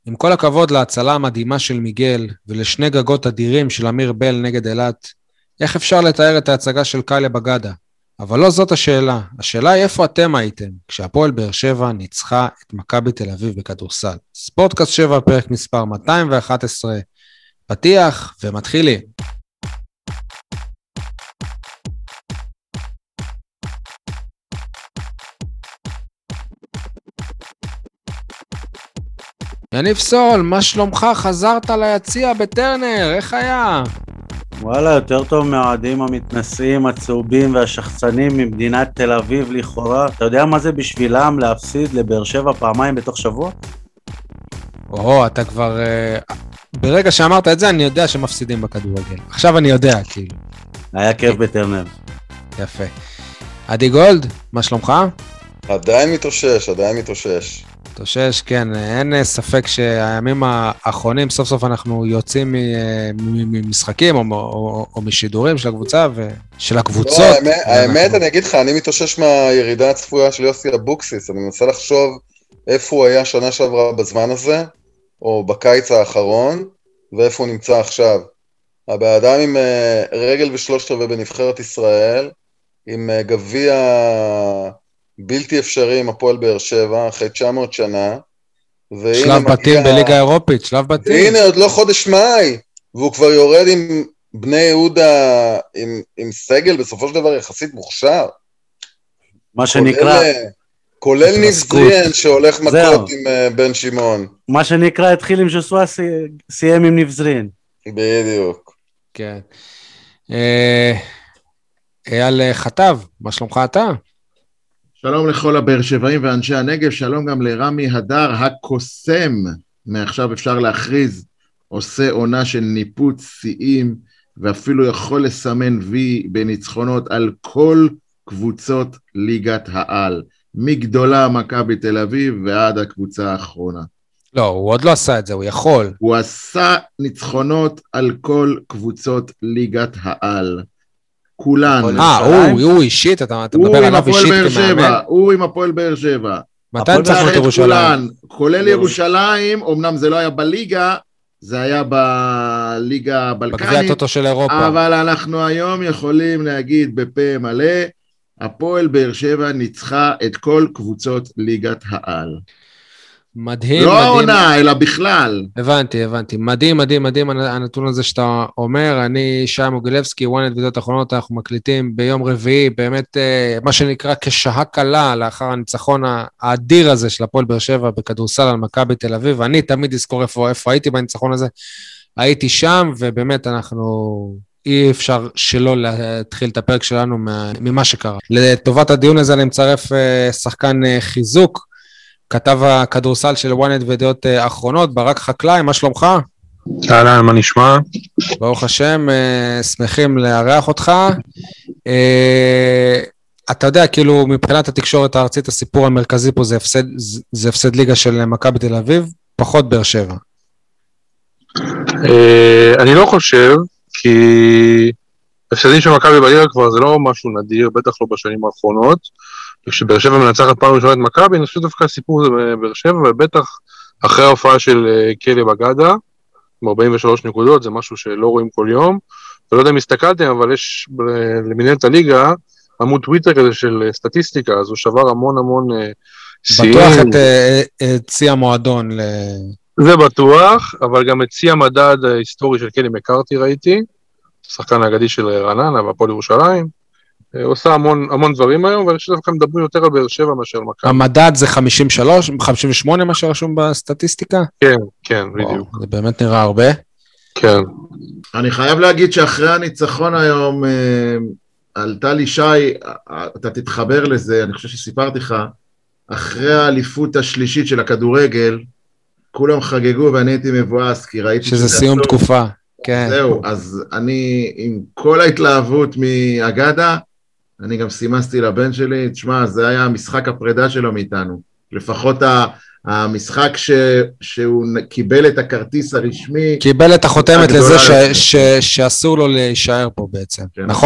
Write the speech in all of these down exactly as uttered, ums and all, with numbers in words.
עם כל הכבוד להצלה המדהימה של מיגל, ולשני גגות אדירים של אמיר בל נגד אילת, איך אפשר לתאר את ההצגה של קאלה בגדה? אבל לא זאת השאלה. השאלה היא איפה אתם הייתם, כשהפועל באר שבע ניצחה את מכבי תל אביב בכדורסל. ספורטקאסט שבע, פרק מספר מאתיים ואחת עשרה. פתיח ומתחילים. יניב סול, מה שלומך? חזרת ליציע בטרנר, איך היה? וואלה, יותר טוב מהאוהדים המתנשאים, הצהובים והשחצנים ממדינת תל אביב לכאורה. אתה יודע מה זה בשבילם להפסיד לבאר שבע פעמיים בתוך שבוע? או, אתה כבר... ברגע שאמרת את זה, אני יודע שמפסידים בכדורגל. עכשיו אני יודע, כאילו. היה כיף בטרנר. יפה. עדי גולד, מה שלומך? עדיין מתאושש, עדיין מתאושש. מתאושש, כן. אין ספק שהימים האחרונים, סוף סוף אנחנו יוצאים ממשחקים או, או, או משידורים של הקבוצה ושל הקבוצות. לא, האמת, האמת אני אגיד לך, אני מתאושש מהירידה הצפויה של יוסי אבוקסיס. אני מנסה לחשוב איפה הוא היה שנה שעברה בזמן הזה, או בקיץ האחרון, ואיפה הוא נמצא עכשיו. הבאדם עם רגל ושלושת רבעי בנבחרת ישראל, עם גביע בלתי אפשרי עם הפועל באר שבע, אחרי תשע מאות שנה. שלב בתים מגיע... בליגה האירופית, שלב בתים. הנה, עוד לא חודש מאי, והוא כבר יורד עם בני יהודה, עם, עם סגל, בסופו של דבר יחסית מוכשר. מה שנקרא... כולל, כולל נבזריאן שהולך מכות עם בן שמעון. מה שנקרא, התחיל עם ז'וסווה, סיים עם נבזריאן. בדיוק. כן. אייל חטב, מה שלומך אתה? שלום לכל הבאר שבעים ואנשי הנגב, שלום גם לרמי הדר הקוסם, מעכשיו אפשר להכריז, עושה עונה של ניפוץ שיאים, ואפילו יכול לסמן וי בניצחונות על כל קבוצות ליגת העל, מגדולה מכבי תל אביב ועד הקבוצה האחרונה. לא, הוא עוד לא עשה את זה, הוא יכול. הוא עשה ניצחונות על כל קבוצות ליגת העל. כולן. אה, הוא, הוא אישית, אתה מדבר עליו אישית כמאמן? הוא עם הפועל באר שבע. מתי ניצחנו את ירושלים? כולל ירושלים, אמנם זה לא היה בליגה, זה היה בליגה הבלקנית. בגביע הטוטו של אירופה. אבל אנחנו היום יכולים להגיד בפה מלא, הפועל באר שבע ניצחה את כל קבוצות ליגת העל. מדהים, לא מדהים. לא עונה, אלא בכלל. הבנתי, הבנתי. מדהים, מדהים, מדהים הנתון הזה שאתה אומר. אני שי מוגילבסקי, וואנט וידיעות אחרונות, אנחנו מקליטים ביום רביעי, באמת מה שנקרא כשעה קלה, לאחר הניצחון האדיר הזה של הפועל באר שבע בכדורסל על מכבי תל אביב. אני תמיד אזכור איפה, איפה הייתי בניצחון הזה. הייתי שם, ובאמת אנחנו... אי אפשר שלא להתחיל את הפרק שלנו ממה שקרה. לטובת הדיון הזה אני מצרף שחקן חיזוק, כתב הכדורסל של וואנט וידיעות אחרונות, ברק חקלאי, מה שלומך? אהלן, מה נשמע? ברוך השם, שמחים לארח אותך. אתה יודע, כאילו מבחינת התקשורת הארצית, הסיפור המרכזי פה זה הפסד, זה הפסד ליגה של מכבי תל אביב, פחות באר שבע. אני לא חושב, כי הפסדים של מכבי בליגה כבר זה לא משהו נדיר, בטח לא בשנים האחרונות, וכשבאר שבע מנצחת פעם ראשונה את מכבי, אני חושב דווקא הסיפור זה באר שבע, ובטח אחרי ההופעה של קאלה בגדה, עם ארבעים ושלוש נקודות, זה משהו שלא רואים כל יום, ולא יודע אם הסתכלתם, אבל יש למנהלת הליגה, עמוד טוויטר כזה של סטטיסטיקה, אז הוא שבר המון המון שיאים. בטוח את, את צי המועדון. ל... זה בטוח, אבל גם את צי המדד ההיסטורי של קאלה מקארתי ראיתי, שחקן האגדי של רעננה והפועל ירושלים, עושה המון, המון דברים היום, ואני חושב דווקא מדברים יותר על באר שבע מאשר מכבי. המדד זה חמישים ושלוש, חמישים ושמונה מה שרשום בסטטיסטיקה? כן, כן, בדיוק. זה באמת נראה הרבה. כן. אני חייב להגיד שאחרי הניצחון היום, עלתה לי שי, אתה תתחבר לזה, אני חושב שסיפרתי לך, אחרי האליפות השלישית של הכדורגל, כולם חגגו ואני הייתי מבואס, כי ראיתי שזה סיום הסוף. תקופה. כן. זהו, אז אני עם כל ההתלהבות מאגדה, אני גם סימסתי לבן שלי, תשמע, זה היה המשחק הפרידה שלו מאיתנו, לפחות המשחק ש, שהוא קיבל את הכרטיס הרשמי. קיבל את החותמת לזה ש, ש, שאסור לו להישאר פה בעצם, כן, נכון?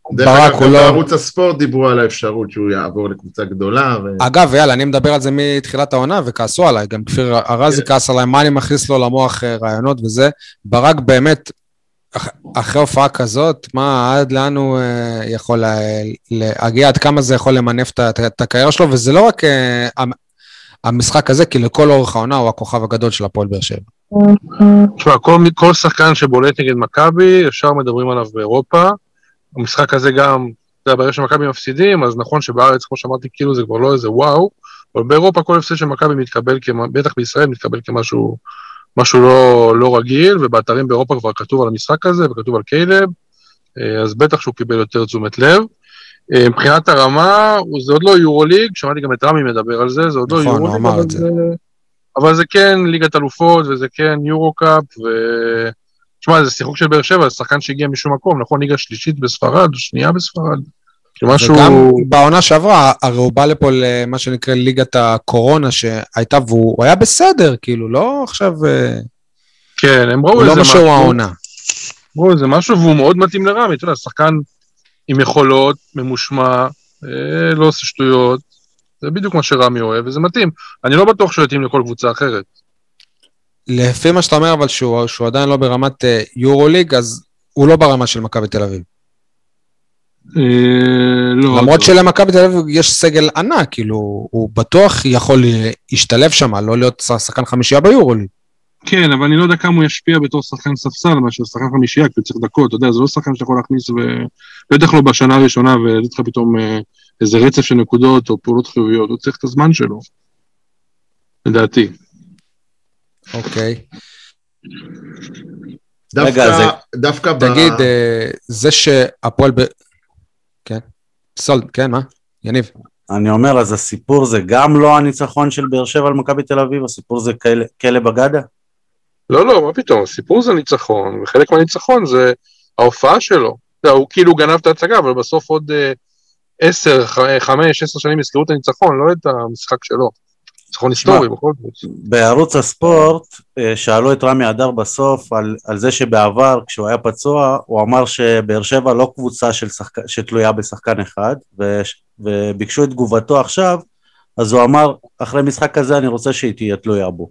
דרך אגב, גם בערוץ הספורט דיברו על האפשרות שהוא יעבור לקבוצה גדולה. אגב, יאללה, אני מדבר על זה מתחילת העונה, וכעסו עליי, גם כפיר ארזי כעס עליי, מה אני מכניס לו למוח רעיונות וזה, ברק באמת, אחרי הופעה כזאת, מה, עד לאן הוא יכול להגיע, עד כמה זה יכול למנף את הקריירה שלו, וזה לא רק המשחק הזה, כי לכל אורך העונה הוא הכוכב הגדול של הפועל באר שבע. תשמע, כל שחקן שבולט נגד מכבי, אפשר מדברים עליו באירופה, המשחק הזה גם, אתה יודע, ברגע שמכבי מפסידים, אז נכון שבארץ, כמו שאמרתי, כאילו זה כבר לא איזה וואו, אבל באירופה כל הפסד של מכבי מתקבל, בטח בישראל מתקבל כמשהו משהו לא, לא רגיל, ובאתרים באירופה כבר כתוב על המשחק הזה, וכתוב על קיילב, אז בטח שהוא קיבל יותר תשומת לב. מבחינת הרמה, זה עוד לא יורוליג, שמעתי גם את רמי מדבר על זה, זה עוד נכון, לא יורוליג, אמר את זה. זה, אבל זה כן ליגת אלופות, וזה כן יורו-קאפ, ו... תשמע, זה שיחוק של באר שבע, זה שחקן שהגיע משום מקום, נכון, ליגה שלישית בספרד, שנייה בספרד. משהו... וגם בעונה שעברה, הרי הוא בא לפה למה שנקרא ליגת הקורונה שהייתה, והוא היה בסדר, כאילו, לא עכשיו... כן, הם ראו איזה משהו. הוא לא משהו העונה. ראו איזה משהו, והוא מאוד מתאים לרמי, אתה יודע, שחקן עם יכולות, ממושמע, לא עושה שטויות, זה בדיוק מה שרמי אוהב, וזה מתאים. אני לא בטוח שהוא יתאים לכל קבוצה אחרת. לפי מה שאתה אומר, אבל שהוא, שהוא עדיין לא ברמת יורוליג, אז הוא לא ברמה של מכבי תל אביב. למרות שלמכבי תל אביב יש סגל ענק, כאילו, הוא בטוח יכול להשתלב שם, לא להיות שחקן חמישייה ביורוליג. כן, אבל אני לא יודע כמה הוא ישפיע בתור שחקן ספסל, מאשר שחקן חמישייה, כי הוא צריך דקות, אתה יודע, זה לא שחקן שאתה יכול להכניס, ובטח לא בשנה הראשונה, ולתת לך פתאום איזה רצף של נקודות, או פעולות חיוביות, הוא צריך את הזמן שלו. לדעתי. אוקיי. דווקא, דווקא ב... תגיד, זה שהפועל ב... כן, סולד, כן, מה? יניב. אני אומר, אז הסיפור זה גם לא הניצחון של באר שבע על מכבי תל אביב, הסיפור זה כאלה בגדה? לא, לא, מה פתאום, הסיפור זה ניצחון, וחלק מהניצחון זה ההופעה שלו. הוא כאילו גנב את ההצגה, אבל בסוף עוד עשר, חמש, עשר שנים יזכרו את הניצחון, לא את המשחק שלו. ניצחון היסטורי, בכל זאת. בערוץ הספורט, שאלו את רמי אדר בסוף, על, על זה שבעבר, כשהוא היה פצוע, הוא אמר שבאר שבע לא קבוצה של שחק... שתלויה בשחקן אחד, ו... וביקשו את תגובתו עכשיו, אז הוא אמר, אחרי משחק כזה אני רוצה שהיא תהיה תלויה בו.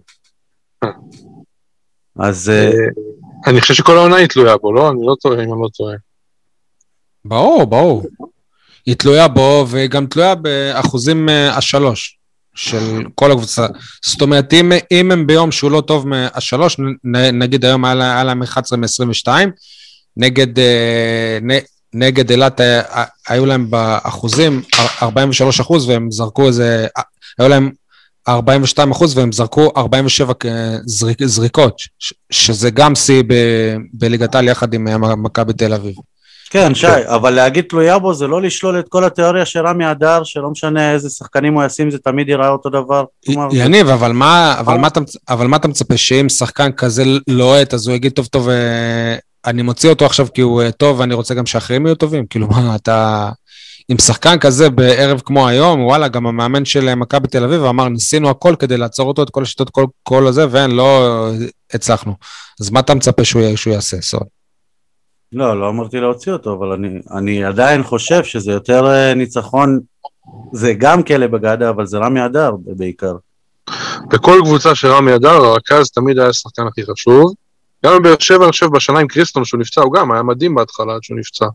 אז... אני חושב שכל העונה היא תלויה בו, לא? אני לא טועה, אם אני לא טועה. ברור, ברור. היא תלויה בו, וגם תלויה באחוזים השלוש. של כל הקבוצה. זאת אומרת, אם, אם הם ביום שהוא לא טוב מהשלוש, נגיד היום היה להם אחת עשרה מ-עשרים ושתיים, נגד, נגד אלת היו להם באחוזים ארבעים ושלושה אחוז, והם זרקו איזה, היו להם ארבעים ושתיים אחוז, והם זרקו ארבעים ושבע זריק, זריקות, שזה גם סי בליגת העל יחד עם מכבי בתל אביב. כן, שי, אבל להגיד תלויה בו זה לא לשלול את כל התיאוריה של רמי אדר, שלא משנה איזה שחקנים הוא ישים, זה תמיד ייראה אותו דבר. יניב, אבל מה, אבל מה אתה, אבל מה אתה מצפה, שאם שחקן כזה לוהט, אז הוא יגיד טוב טוב, אני מוציא אותו עכשיו כי הוא טוב, ואני רוצה גם שאחרים יהיו טובים, כאילו מה, אתה, עם שחקן כזה בערב כמו היום, וואלה, גם המאמן של מכבי תל אביב, אמר, ניסינו הכל כדי לעצור אותו, את כל השיטות, כל, כל הזה, ואין, לא הצלחנו. אז מה אתה מצפה שהוא, שהוא יעשה, סוד? לא, לא אמרתי להוציא אותו, אבל אני, אני עדיין חושב שזה יותר ניצחון, זה גם כאלה בגדה, אבל זה רמי אדר בעיקר. בכל קבוצה של רמי אדר, הרכז תמיד היה השחקן הכי חשוב. גם בבאר שבע, אני חושב, בשנה עם קריסטון שהוא נפצע, הוא גם היה מדהים בהתחלה עד שהוא נפצע.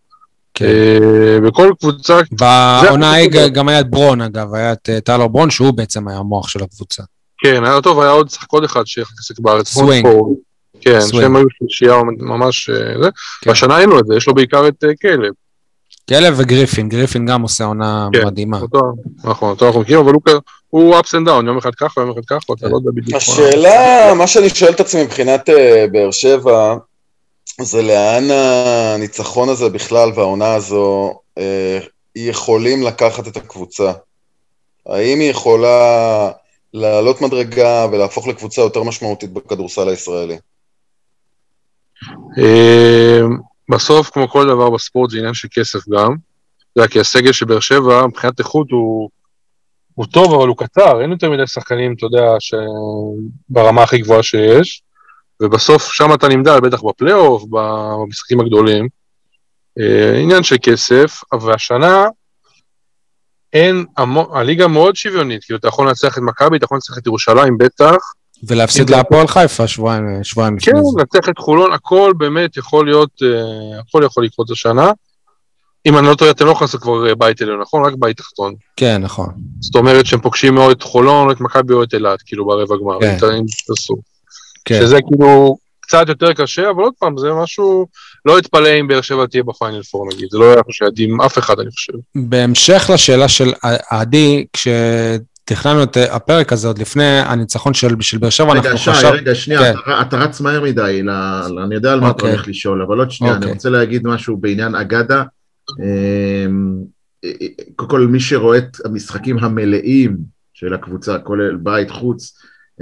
בכל קבוצה... בעונה ההיא גם היה את ברון, אגב, היה את טיילר ברון, שהוא בעצם היה המוח של הקבוצה. כן, היה טוב, היה עוד שחקוד אחד שיחק בארץ. סווינג. כן, שהם היו שלישייה ממש זה. בשנה היינו את זה, יש לו בעיקר את כלב. כלב וגריפין, גריפין גם עושה עונה מדהימה. נכון, אותו אנחנו מכירים, אבל הוא ups and down, יום אחד ככה, יום אחד ככה, אתה לא יודע בדיוק. השאלה, מה שאני שואל את עצמי מבחינת באר שבע, זה לאן הניצחון הזה בכלל והעונה הזו יכולים לקחת את הקבוצה. האם היא יכולה לעלות מדרגה ולהפוך לקבוצה יותר משמעותית בכדורסל הישראלי? בסוף, כמו כל דבר בספורט, זה עניין של כסף גם. זה כי הסגל של באר שבע, מבחינת איכות הוא, הוא טוב, אבל הוא קצר. אין יותר מדי שחקנים, אתה יודע, ברמה הכי גבוהה שיש. ובסוף, שם אתה נמדל, בטח בפלייאוף, במשחקים הגדולים. עניין של כסף, אבל השנה אין, הליגה מאוד שוויונית, כי אתה יכול לנצח את מכבי, אתה יכול לנצח את ירושלים בטח. ולהפסיד להפועל חיפה שבועיים, שבועיים לפני זה. זה. כן, לנצח את חולון, הכל באמת יכול להיות, הכל יכול לקרות השנה. אם אני לא טועה, אתם לא יכולים לעשות כבר בית אליון, נכון? רק בית תחתון. כן, נכון. זאת אומרת שהם פוגשים מאוד את חולון, או את מכבי או את אילת, כאילו ברבע גמר. כן. כן. שזה כאילו קצת יותר קשה, אבל עוד פעם, זה משהו, לא התפלא אם באר שבע תהיה בפיינל פור נגיד, זה לא היה חושב שעדים אף אחד, אני חושב. בהמשך לשאלה של עדי, כשתכננו את הפרק הזה, עוד לפני הניצחון של, של באר שבע, רגע, שי, חשב... רגע, שנייה, כן. אתה, אתה רץ מהר מדי, ל... אני יודע על מה אתה הולך לשאול, אבל עוד שנייה, אני רוצה להגיד משהו בעניין אגדה, קודם כל מי שרואה את המשחקים המלאים של הקבוצה, כולל בית חוץ,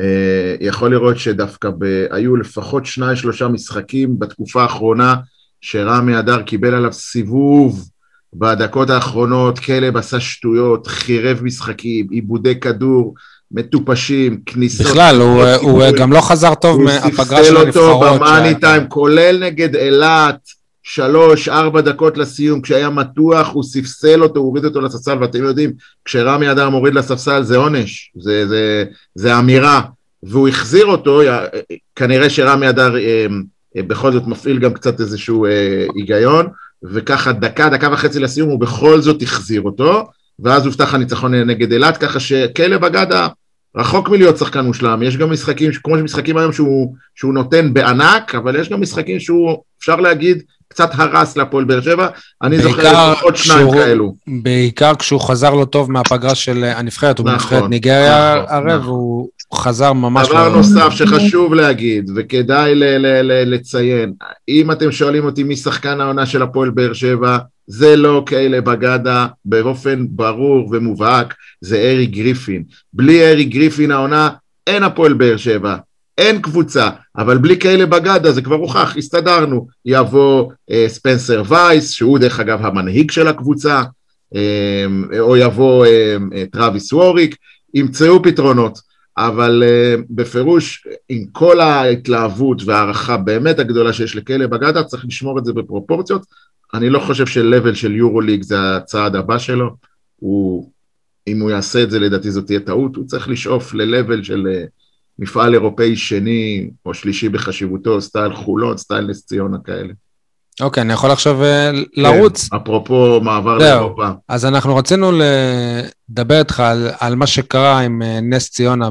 יכול לראות שדווקא היו לפחות שניים שלושה משחקים בתקופה האחרונה, שרמי אדר קיבל עליו סיבוב בדקות האחרונות, כלב עשה שטויות, חירב משחקים, עיבודי כדור, מטופשים, כניסות. בכלל, הוא, הוא גם לא חזר טוב מהפגרה של הנבחרות. הוא סיפסל אותו במאני טיים, כולל נגד אילת, שלוש, ארבע דקות לסיום, כשהיה מתוח, הוא ספסל אותו, הוא הוריד אותו לספסל, ואתם יודעים, כשרמי אדר מוריד לספסל, זה עונש, זה, זה, זה אמירה, והוא החזיר אותו, כנראה שרמי אדר בכל זאת מפעיל גם קצת איזשהו היגיון, וככה דקה, דקה וחצי לסיום, הוא בכל זאת החזיר אותו, ואז הובטח הניצחון נגד אילת, ככה שכלב אגדה רחוק מלהיות שחקן מושלם, יש גם משחקים, כמו שמשחקים היום שהוא, שהוא נותן בענק, אבל יש גם משחקים שהוא, אפשר להגיד, קצת הרס להפועל באר שבע, אני זוכר עוד שניים כאלו. בעיקר כשהוא חזר לו טוב מהפגרה של הנבחרת, הוא בנבחרת ניגריה הרי, והוא חזר ממש... דבר נוסף שחשוב להגיד, וכדאי לציין, אם אתם שואלים אותי מי שחקן העונה של הפועל באר שבע, זה לא כלב אגדה, באופן ברור ומובהק, זה ארי גריפין. בלי ארי גריפין העונה, אין הפועל באר שבע. אין קבוצה, אבל בלי כלב אגדה, זה כבר הוכח, הסתדרנו, יבוא אה, ספנסר וייס, שהוא דרך אגב המנהיג של הקבוצה, אה, או יבוא אה, אה, טרוויס ווריק, ימצאו פתרונות, אבל אה, בפירוש, עם כל ההתלהבות והערכה באמת הגדולה שיש לכלב אגדה, צריך לשמור את זה בפרופורציות, אני לא חושב שלבל של יורוליג זה הצעד הבא שלו, הוא, אם הוא יעשה את זה לדעתי זאת תהיה טעות, הוא צריך לשאוף ללבל של... אה, מפעל אירופאי שני או שלישי בחשיבותו, סטייל חולון, סטייל נס ציונה כאלה. אוקיי, אני יכול עכשיו לרוץ. אפרופו מעבר לאירופה. אז אנחנו רצינו לדבר איתך על מה שקרה עם נס ציונה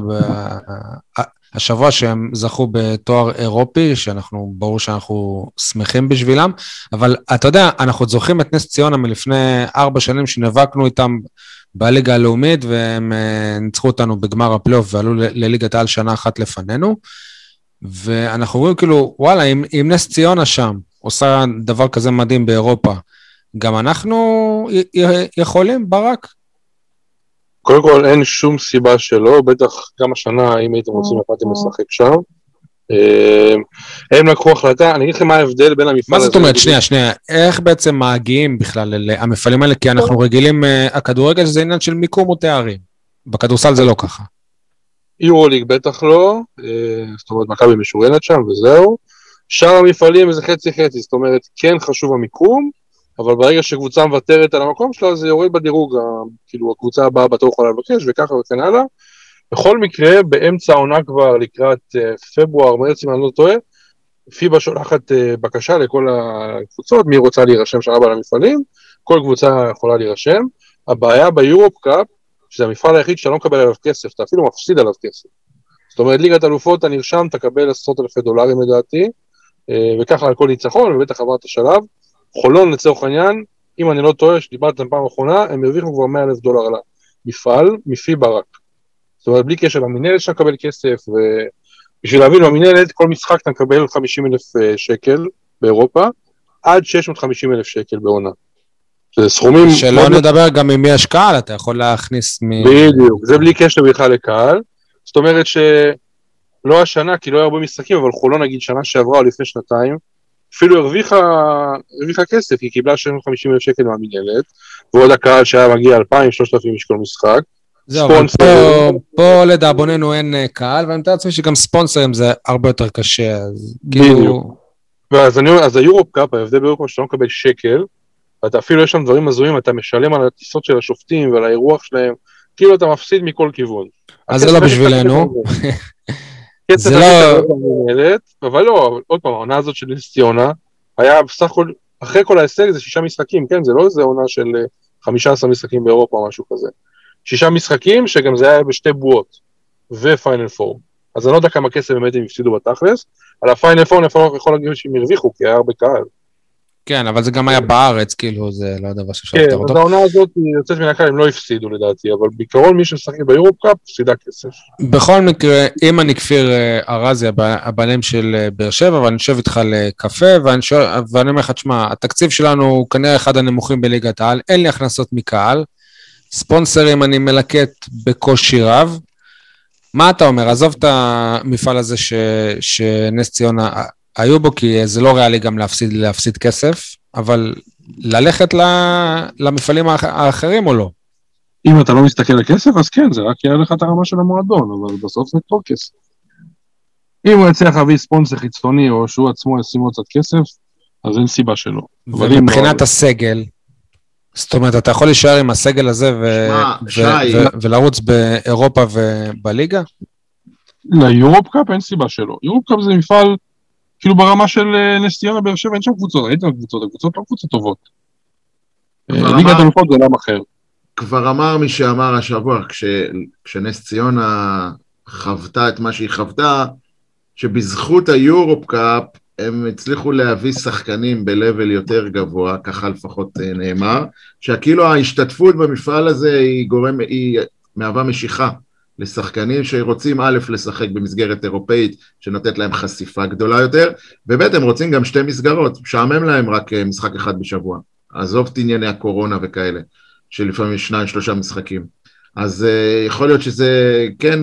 השבוע שהם זכו בתואר אירופי, שאנחנו, ברור שאנחנו שמחים בשבילם, אבל אתה יודע, אנחנו זוכרים את נס ציונה מלפני ארבע שנים שנאבקנו איתם בליגה הלאומית, והם ניצחו אותנו בגמר הפלייאוף, ועלו לליגת העל שנה אחת לפנינו, ואנחנו רואים כאילו, וואלה, אם, אם נס ציונה שם, עושה דבר כזה מדהים באירופה, גם אנחנו יכולים, ברק? קודם כל, אין שום סיבה שלא, בטח גם השנה, אם הייתם רוצים לפעמים לשחק שם, הם לקחו החלטה, אני אגיד לכם מה ההבדל בין המפעל הזה... מה זאת אומרת? שנייה, שנייה, איך בעצם מגיעים בכלל המפעלים האלה? כי אנחנו רגילים, הכדורגל זה עניין של מיקום ותארים, בכדורסל זה לא ככה. יורוליג בטח לא, זאת אומרת, מכבי משוריינת שם וזהו, שאר המפעלים זה חצי חצי, זאת אומרת, כן חשוב המיקום, אבל ברגע שקבוצה מוותרת על המקום שלה, זה יורד בדירוג, כאילו הקבוצה הבאה בתור יכולה לבקש, וככה וכן הלאה. בכל מקרה, באמצע העונה כבר לקראת פברואר, מרץ, אם אני לא טועה, פיבה שולחת בקשה לכל הקבוצות, מי רוצה להירשם שנה הבאה למפעלים, כל קבוצה יכולה להירשם. הבעיה ביורופ קאפ, שזה המפעל היחיד שאתה לא מקבל עליו כסף, אתה אפילו מפסיד עליו כסף. זאת אומרת, ליגת אלופות, אתה נרשם, תקבל עשרות אלפי דולרים לדעתי, וככה על כל ניצחון, ובטח עברת השלב. חולון לצורך העניין, אם אני לא טועה, שדיברתם פעם האחרונה, הם הרוויחו כבר מאה אלף דולר על המפעל, מפיבה רק. זאת אומרת, בלי קשר למנהלת שאתה מקבל כסף, ובשביל להבין במנהלת, כל משחק אתה מקבל חמישים אלף שקל באירופה, עד שש מאות וחמישים אלף שקל בעונה. שזה סכומים... שלא נדבר גם עם מי השקעה, אתה יכול להכניס מ... בדיוק, זה בלי קשר בכלל לקהל. זאת אומרת שלא השנה, כי לא היה הרבה משחקים, אבל חולון נגיד שנה שעברה או לפני שנתיים, אפילו הרוויחה, הרוויחה כסף, היא קיבלה שש מאות וחמישים אלף שקל מהמנהלת, ועוד הקהל שהיה מגיע אלפיים שלושת אלפים משקל משחק. זהו, אבל פה, פה לדאבוננו אין קהל, ואני מתאר לעצמי שגם ספונסרים זה הרבה יותר קשה, אז כאילו... ואז אני, אז היורופ קאפ, ההבדל באירופה שאתה לא מקבל שקל, ואתה אפילו יש שם דברים הזויים, אתה משלם על הטיסות של השופטים ועל האירוח שלהם, כאילו אתה מפסיד מכל כיוון. אז זה לא בשבילנו. זה לא... אבל לא, עוד פעם, העונה הזאת של נס ציונה, היה בסך הכל, אחרי כל ההישג זה שישה משחקים, כן? זה לא איזה עונה של חמישה עשר משחקים באירופה או משהו כזה. שישה משחקים שגם זה היה בשתי בועות, ופיינל פור. אז אני לא יודע כמה כסף באמת הם הפסידו בתכלס, על הפיינל פור אני יכול להגיד שהם הרוויחו, כי היה הרבה קהל. כן, אבל זה גם היה בארץ, כאילו, זה לא דבר שאפשר כן, לפתור אותו. אז העונה הזאת יוצאת מן הקהל, הם לא הפסידו לדעתי, אבל בעיקרון מי שמשחק ביורופ קאפ, הפסידה כסף. בכל מקרה, אם אני כפיר ארזי, הבעלים של באר שבע, ואני יושב איתך לקפה, ואני אומר לך, תשמע, התקציב שלנו הוא כנראה אחד הנמוכים בליגת העל, אין לי הכנסות מקהל, ספונסרים אני מלקט בקושי רב. מה אתה אומר? עזוב את המפעל הזה ש, שנס ציונה היו בו, כי זה לא ריאלי גם להפסיד, להפסיד כסף, אבל ללכת למפעלים האחרים או לא? אם אתה לא מסתכל על כסף, אז כן, זה רק יעלה לך את הרמה של המועדון, אבל בסוף זה כבר כסף. אם הוא יצליח להביא ספונסר חיצוני, או שהוא עצמו ישים עוד קצת כסף, אז אין סיבה שלא. ומבחינת הסגל, זאת אומרת, אתה יכול להישאר עם הסגל הזה ו- ו- ו- ולרוץ באירופה ובליגה? ליורופ קאפ אין סיבה שלא. יורופ קאפ זה מפעל, כאילו ברמה של נס ציונה באר שבע, אין שם קבוצות, אין שם קבוצות, הקבוצות לא קבוצות טובות. ליגת האלופות זה עולם אחר. כבר אמר מי שאמר השבוע, כש, כשנס ציונה חוותה את מה שהיא חוותה, שבזכות היורופ קאפ, הם הצליחו להביא שחקנים בלבל יותר גבוה, ככה לפחות נאמר, שכאילו ההשתתפות במפעל הזה היא גורם, היא מהווה משיכה לשחקנים שרוצים א' לשחק במסגרת אירופאית, שנותנת להם חשיפה גדולה יותר, וב' הם רוצים גם שתי מסגרות, שעמם להם רק משחק אחד בשבוע, עזוב את ענייני הקורונה וכאלה, שלפעמים שניים שלושה משחקים, אז יכול להיות שזה כן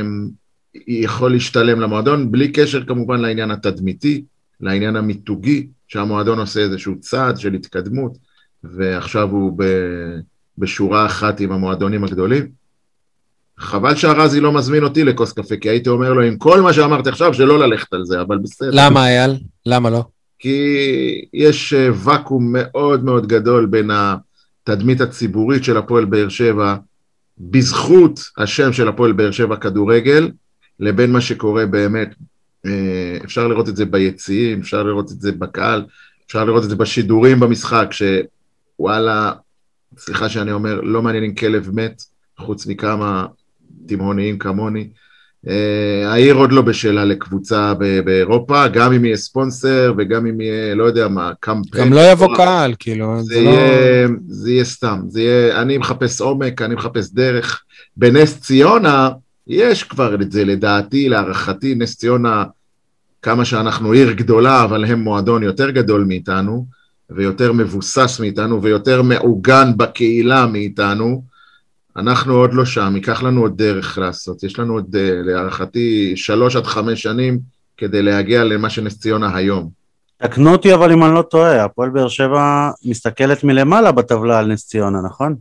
יכול להשתלם למועדון, בלי קשר כמובן לעניין התדמיתי, לעניין המיתוגי, שהמועדון עושה איזשהו צעד של התקדמות, ועכשיו הוא ב, בשורה אחת עם המועדונים הגדולים. חבל שהרזי לא מזמין אותי לכוס קפה, כי הייתי אומר לו עם כל מה שאמרת עכשיו, שלא ללכת על זה, אבל בסדר. למה אייל? למה לא? כי יש וקום מאוד מאוד גדול בין התדמית הציבורית של הפועל באר שבע, בזכות השם של הפועל באר שבע כדורגל, לבין מה שקורה באמת, אפשר לראות את זה ביציעים, אפשר לראות את זה בקהל, אפשר לראות את זה בשידורים במשחק, שוואלה, סליחה שאני אומר, לא מעניינים כלב מת, חוץ מכמה תימהוניים כמוני, העיר עוד לא בשלה לקבוצה באירופה, גם אם יהיה ספונסר, וגם אם יהיה, לא יודע מה, קמפיין. גם לא יבוא קהל, כאילו. זה יהיה, זה יהיה סתם, זה יהיה, אני מחפש עומק, אני מחפש דרך, בנס ציונה, יש כבר את זה, לדעתי, להערכתי, נס ציונה, כמה שאנחנו עיר גדולה, אבל הם מועדון יותר גדול מאיתנו, ויותר מבוסס מאיתנו, ויותר מעוגן בקהילה מאיתנו, אנחנו עוד לא שם, ייקח לנו עוד דרך לעשות, יש לנו עוד, להערכתי, שלוש עד חמש שנים, כדי להגיע למה שנס ציונה היום. תקנו אותי, אבל אם אני לא טועה, הפועל באר שבע מסתכלת מלמעלה בטבלה על נס ציונה, נכון?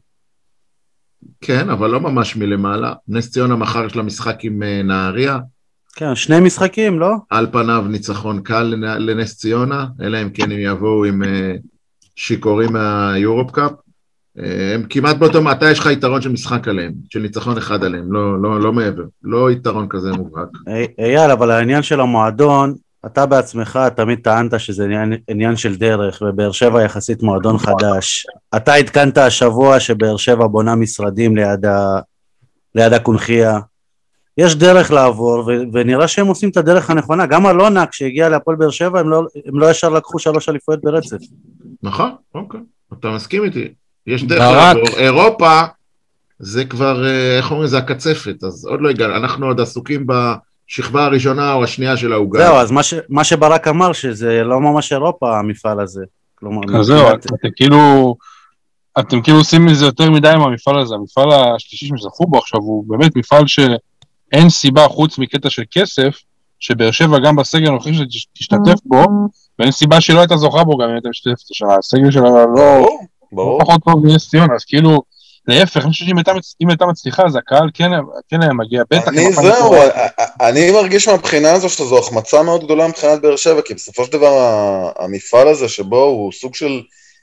כן, אבל לא ממש מלמעלה. נס ציונה מחר יש לה משחק עם נהריה. כן, שני משחקים, לא? על פניו ניצחון קל לנס ציונה, אלא אם כן הם יבואו עם שיקורים מהיורופ קאפ. הם כמעט באותו, אתה יש לך יתרון של משחק עליהם, של ניצחון אחד עליהם, לא, לא, לא מעבר, לא יתרון כזה מובהק. אייל, אבל העניין של המועדון, אתה בעצמך תמיד טענת שזה עניין, עניין של דרך, ובאר שבע יחסית מועדון חדש. אתה התקנת השבוע שבאר שבע בונה משרדים ליד, ה, ליד הקונחייה. יש דרך לעבור, ו, ונראה שהם עושים את הדרך הנכונה. גם אלונה, כשהגיע להפועל באר שבע, הם לא, הם לא ישר לקחו שלוש אליפויות ברצף. נכון, אוקיי. אתה מסכים איתי. יש דרך לעבור. אירופה, זה כבר, איך אומרים, זה הקצפת, אז עוד לא הגענו. אנחנו עוד עסוקים ב... שכבה הראשונה או השנייה של העוגה. זהו, אז מה, ש... מה שברק אמר, שזה לא ממש אירופה, המפעל הזה. כלומר, אז זהו, אתם כאילו, אתם כאילו עושים מזה יותר מדי עם המפעל הזה. המפעל השלישי שזכו בו עכשיו, הוא באמת מפעל שאין סיבה חוץ מקטע של כסף, שבאר שבע גם בסגל הנוכחי שתשתתף בו, ואין סיבה שלא הייתה זוכה בו גם אם הייתה משתתפת השנה. הסגל שלה לא, לא פחות טוב מנס ציונה, אז כאילו, להפך, אני חושב שאם הייתה מצליחה, אז הקהל כן היה מגיע, בטח. אני זהו, אני מרגיש מהבחינה הזו שזו החמצה מאוד גדולה מבחינת באר שבע, כי בסופו של דבר המפעל הזה שבו הוא סוג של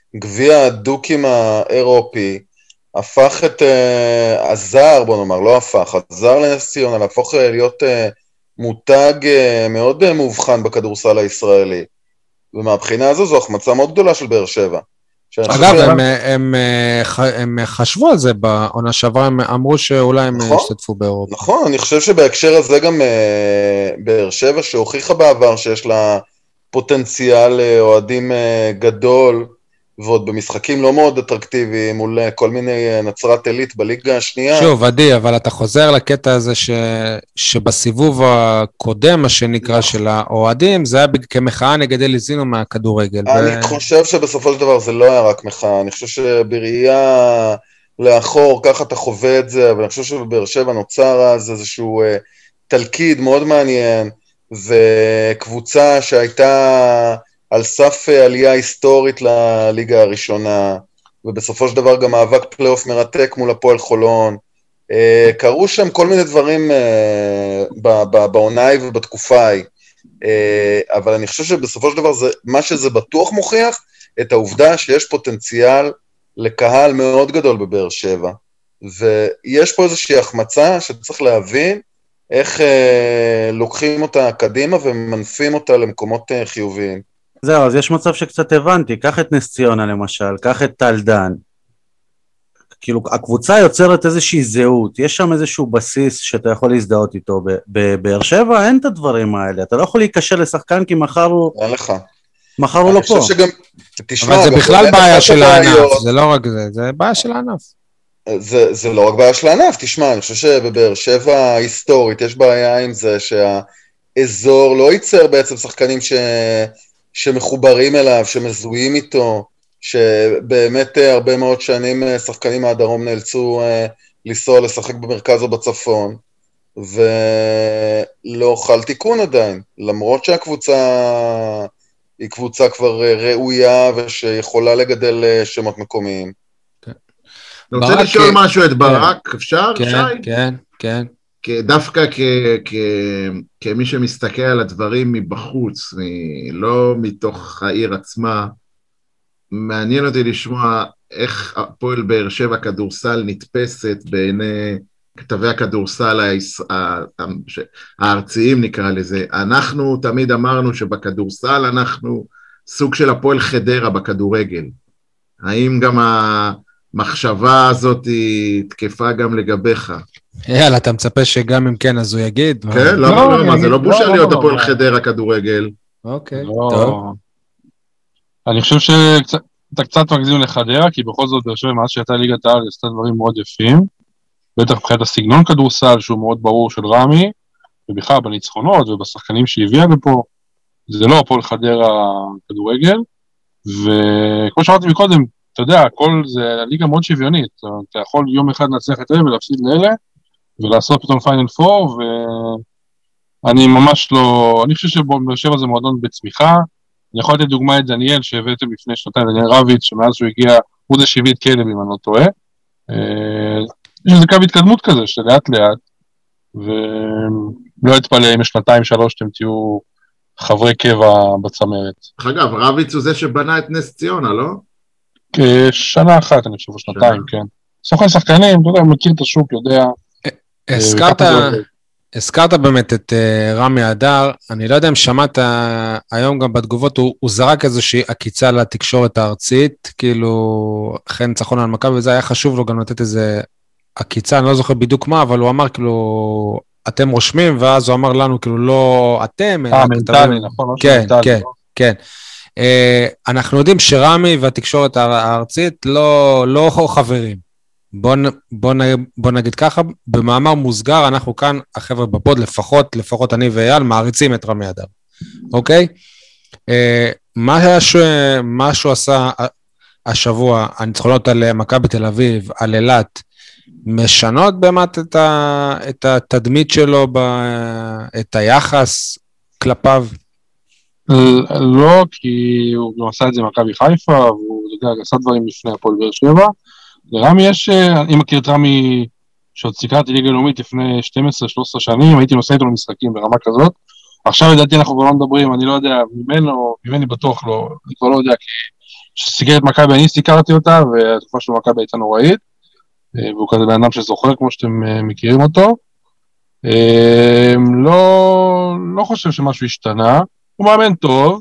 גביע הדוקים האירופי, הפך את, uh, עזר, בוא נאמר, לא הפך, עזר לנס ציונה, להפוך להיות uh, מותג uh, מאוד uh, מובחן בכדורסל הישראלי. ומהבחינה הזו, זו החמצה מאוד גדולה של באר שבע. אגב, הם, הם, הם חשבו על זה בעונה שעברה, הם אמרו שאולי הם נכון, השתתפו באירופה. נכון, אני חושב שבהקשר הזה גם באר שבע, שהוכיחה בעבר שיש לה פוטנציאל אוהדים גדול, ועוד במשחקים לא מאוד אטרקטיביים, מול כל מיני נצרת עילית בליגה השנייה. שוב, עדי, אבל אתה חוזר לקטע הזה ש... שבסיבוב הקודם, מה שנקרא של האוהדים, זה היה כמחאה נגד אלי זינו מהכדורגל. אני ו... חושב שבסופו של דבר זה לא היה רק מחאה, אני חושב שבראייה לאחור, ככה אתה חווה את זה, אבל אני חושב שבבאר שבע נוצר אז איזשהו uh, תלכיד מאוד מעניין, וקבוצה שהייתה על סף עלייה היסטורית לליגה הראשונה, ובסופו של דבר גם מאבק פלייאוף מרתק מול הפועל חולון. קראו שם כל מיני דברים בעונאי ובתקופיי, אבל אני חושב שבסופו של דבר זה, מה שזה בטוח מוכיח, את העובדה שיש פוטנציאל לקהל מאוד גדול בבאר שבע, ויש פה איזושהי החמצה שצריך להבין איך לוקחים אותה קדימה ומנפים אותה למקומות חיוביים. זהו, אז יש מצב שקצת הבנתי, קח את נס ציונה למשל, קח את טל דן, כאילו הקבוצה יוצרת איזושהי זהות, יש שם איזשהו בסיס שאתה יכול להזדהות איתו, בבאר שבע אין את הדברים האלה, אתה לא יכול להיקשר לשחקן כי מחר הוא, אין לך. מחר הוא לא פה. שגם, תשמע, אבל זה בכלל בעיה של הענף, זה לא רק זה, זה בעיה של הענף. זה, זה לא רק בעיה של הענף, תשמע, אני חושב שבבאר שבע היסטורית יש בעיה עם זה שהאזור לא ייצר בעצם שחקנים ש... שמחוברים אליו, שמזוהים איתו, שבאמת הרבה מאוד שנים שחקנים מהדרום נאלצו לנסוע לשחק במרכז או בצפון, ולא חל תיקון עדיין, למרות שהקבוצה היא קבוצה כבר ראויה ושיכולה לגדל שמות מקומיים. אני רוצה לשאול משהו את ברק, אפשר? כן, כן, כן. דווקא כמי שמסתכל על הדברים מבחוץ, לא מתוך העיר עצמה, מעניין אותי לשמוע איך הפועל באר שבע כדורסל נתפסת בעיני כתבי הכדורסל הארציים נקרא לזה. אנחנו תמיד אמרנו שבכדורסל אנחנו סוג של הפועל חדרה בכדורגל. האם גם המחשבה הזאת היא תקפה גם לגביך? יאללה, אתה מצפה שגם אם כן, אז הוא יגיד? כן, לא, לא, זה לא בושה להיות הפועל חדרה כדורגל. אוקיי, טוב. אני חושב שאתה קצת מגזים לחדרה, כי בכל זאת, באר שבע, מאז שהייתה ליגת העל, היא עשתה דברים מאוד יפים, בטח מבחינת הסגנון כדורסל, שהוא מאוד ברור של רמי, ובכלל בניצחונות ובשחקנים שהביאה לפה, זה לא הפועל חדרה כדורגל, וכמו שאמרתי מקודם, אתה יודע, הכל זה ליגה מאוד שוויונית, אתה יכול יום אחד להצליח את אלה ולהפסיד לאלה, ולעשות פתאום פיינל פור, ואני ממש לא, אני חושב שבאר שבע זה מועדון בצמיחה, אני יכול לתת דוגמה את דניאל, שהבאתם לפני שנתיים, דניאל רביץ, שמאז שהוא הגיע, הוא זה שהביא את כלב, אם אני לא טועה, יש איזה קו התקדמות כזה, שלאט לאט, ולא אתפלא אם שנתיים שלוש, אתם תהיו חברי קבע בצמרת. אגב, רביץ הוא זה שבנה את נס ציונה, לא? כשנה אחת, אני חושב, שנתיים, כן. סוכן שחקנים, אתה יודע, הוא מכיר את השוק, יודע. הזכרת, הזכרת באמת את רמי הדר, אני לא יודע אם שמעת היום גם בתגובות, הוא, הוא זרק איזושהי עקיצה לתקשורת הארצית, כאילו, אחרי ניצחון על מכבי, וזה היה חשוב לו גם לתת איזה עקיצה, אני לא זוכר בדיוק מה, אבל הוא אמר כאילו, אתם רושמים, ואז הוא אמר לנו כאילו, לא אתם, אה, מנטלי, נכון? כן, כן, כן. אנחנו יודעים שרמי והתקשורת הארצית לא, לא חברים. בוא, בוא, בוא נגיד ככה, במאמר מוסגר, אנחנו כאן, החבר'ה בפוד, לפחות, לפחות אני ואייל, מעריצים את רמי הדר. אוקיי? מה שהוא עשה השבוע, הניצחונות על מכבי תל אביב, על אילת, משנות באמת את, ה, את התדמית שלו, ב, את היחס כלפיו? לא, כי הוא עשה את זה במכבי חיפה, והוא עשה דברים לפני הפועל באר שבע. לרמי יש, אני מכיר את רמי, שעוד סיקרתי ליגה לאומית לפני שתים עשרה שלוש עשרה שנים, הייתי נוסע איתו למשחקים ברמה כזאת. עכשיו לדעתי אנחנו כבר לא מדברים, אני לא יודע, ממנו, ממני בטוח לא, אני כבר לא יודע, כי שסיקר את מכבי, אני סיקרתי אותה, והתקופה של מכבי הייתה נוראית, והוא כזה בן אדם שזוכר כמו שאתם מכירים אותו. לא, לא חושב שמשהו השתנה, הוא מאמן טוב.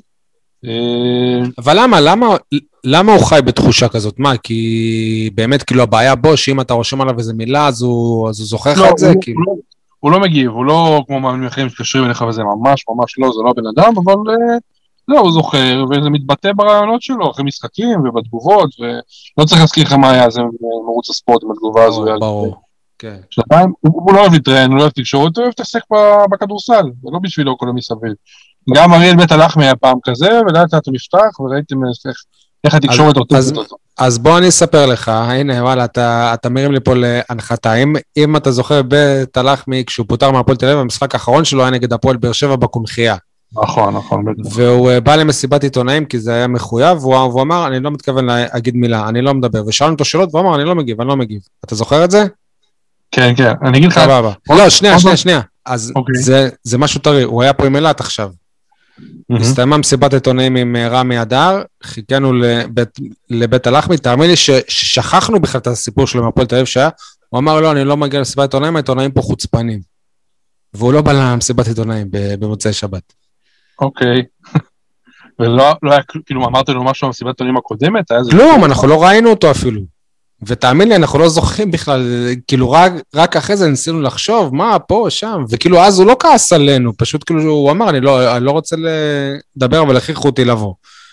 אבל למה, למה, למה הוא חי בתחושה כזאת? מה, כי באמת כאילו הבעיה בו, שאם אתה רושם עליו איזה מילה, אז הוא, אז הוא זוכר לך את זה? הוא, כאילו. הוא, לא, הוא לא מגיב, הוא לא כמו מאמנים אחרים שקשרים אליך וזה ממש, ממש לא, זה לא בן אדם, אבל לא, הוא זוכר, וזה מתבטא ברעיונות שלו, אחרי משחקים ובתגובות, ולא צריך להזכיר לך מה היה זה מרוץ הספורט עם התגובה הזו. ברור, כן. שנתיים, הוא לא אוהב להתראיין, הוא לא אוהב תקשורת, הוא אוהב להתעסק בכדורסל, זה לא בשבילו כל המסביב. גם אריאל בית הלחמי היה פעם כזה, ולאט לאט הוא נפתח, וראיתם איך התקשורת עוטפת אותו. אז בוא אני אספר לך, הנה וואלה, אתה מרים לי פה להנחתה, אם אתה זוכר בית הלחמי, כשהוא פוטר מהפועל תל אביב, המשחק האחרון שלו היה נגד הפועל באר שבע בקונחייה. נכון, נכון. והוא בא למסיבת עיתונאים, כי זה היה מחויב, והוא אמר, אני לא מתכוון להגיד מילה, אני לא מדבר, ושאלנו אותו שאלות, והוא אמר, אני לא מגיב, אני לא מגיב. אתה זוכר את זה? כן, כן, אני אגיד לך... לא, שנייה, שנייה, שנייה. אז זה משהו טרי, הוא היה פה עם אלת עכשיו. הסתיימה מסיבת עיתונאים עם רמי הדר, חיכינו לבית הלחמי, תאמין לי ששכחנו בכלל את הסיפור שלו מהפועל תל אביב שהיה, הוא אמר, לא, אני לא מגיע למסיבת עיתונאים, העיתונאים פה חוצפנים. והוא לא בא למסיבת עיתונאים במוצאי שבת. אוקיי. ולא היה, כאילו, אמרת לו משהו במסיבת עיתונאים הקודמת? כלום, אנחנו לא ראינו אותו אפילו. ותאמין לי, אנחנו לא זוכרים בכלל, כאילו רק, רק אחרי זה ניסינו לחשוב, מה, פה, שם, וכאילו אז הוא לא כעס עלינו, פשוט כאילו הוא אמר, אני לא, אני לא רוצה לדבר, אבל הכריחו אותי לבוא.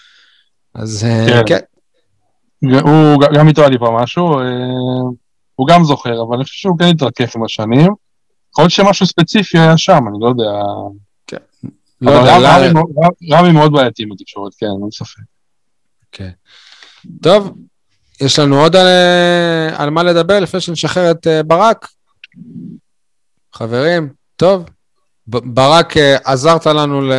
אז כן. כן. הוא גם איתו עלי פה משהו, הוא גם זוכר, אבל אני חושב שהוא כן התרכך עם השנים, יכול להיות שמשהו ספציפי היה שם, אני לא יודע. כן. אבל רמי מאוד בעייתי בתקשורת, כן, אין ספק. כן. טוב, יש לנו עוד על, על מה לדבר לפני שנשחרר את ברק. חברים, טוב. ברק, עזרת לנו ל...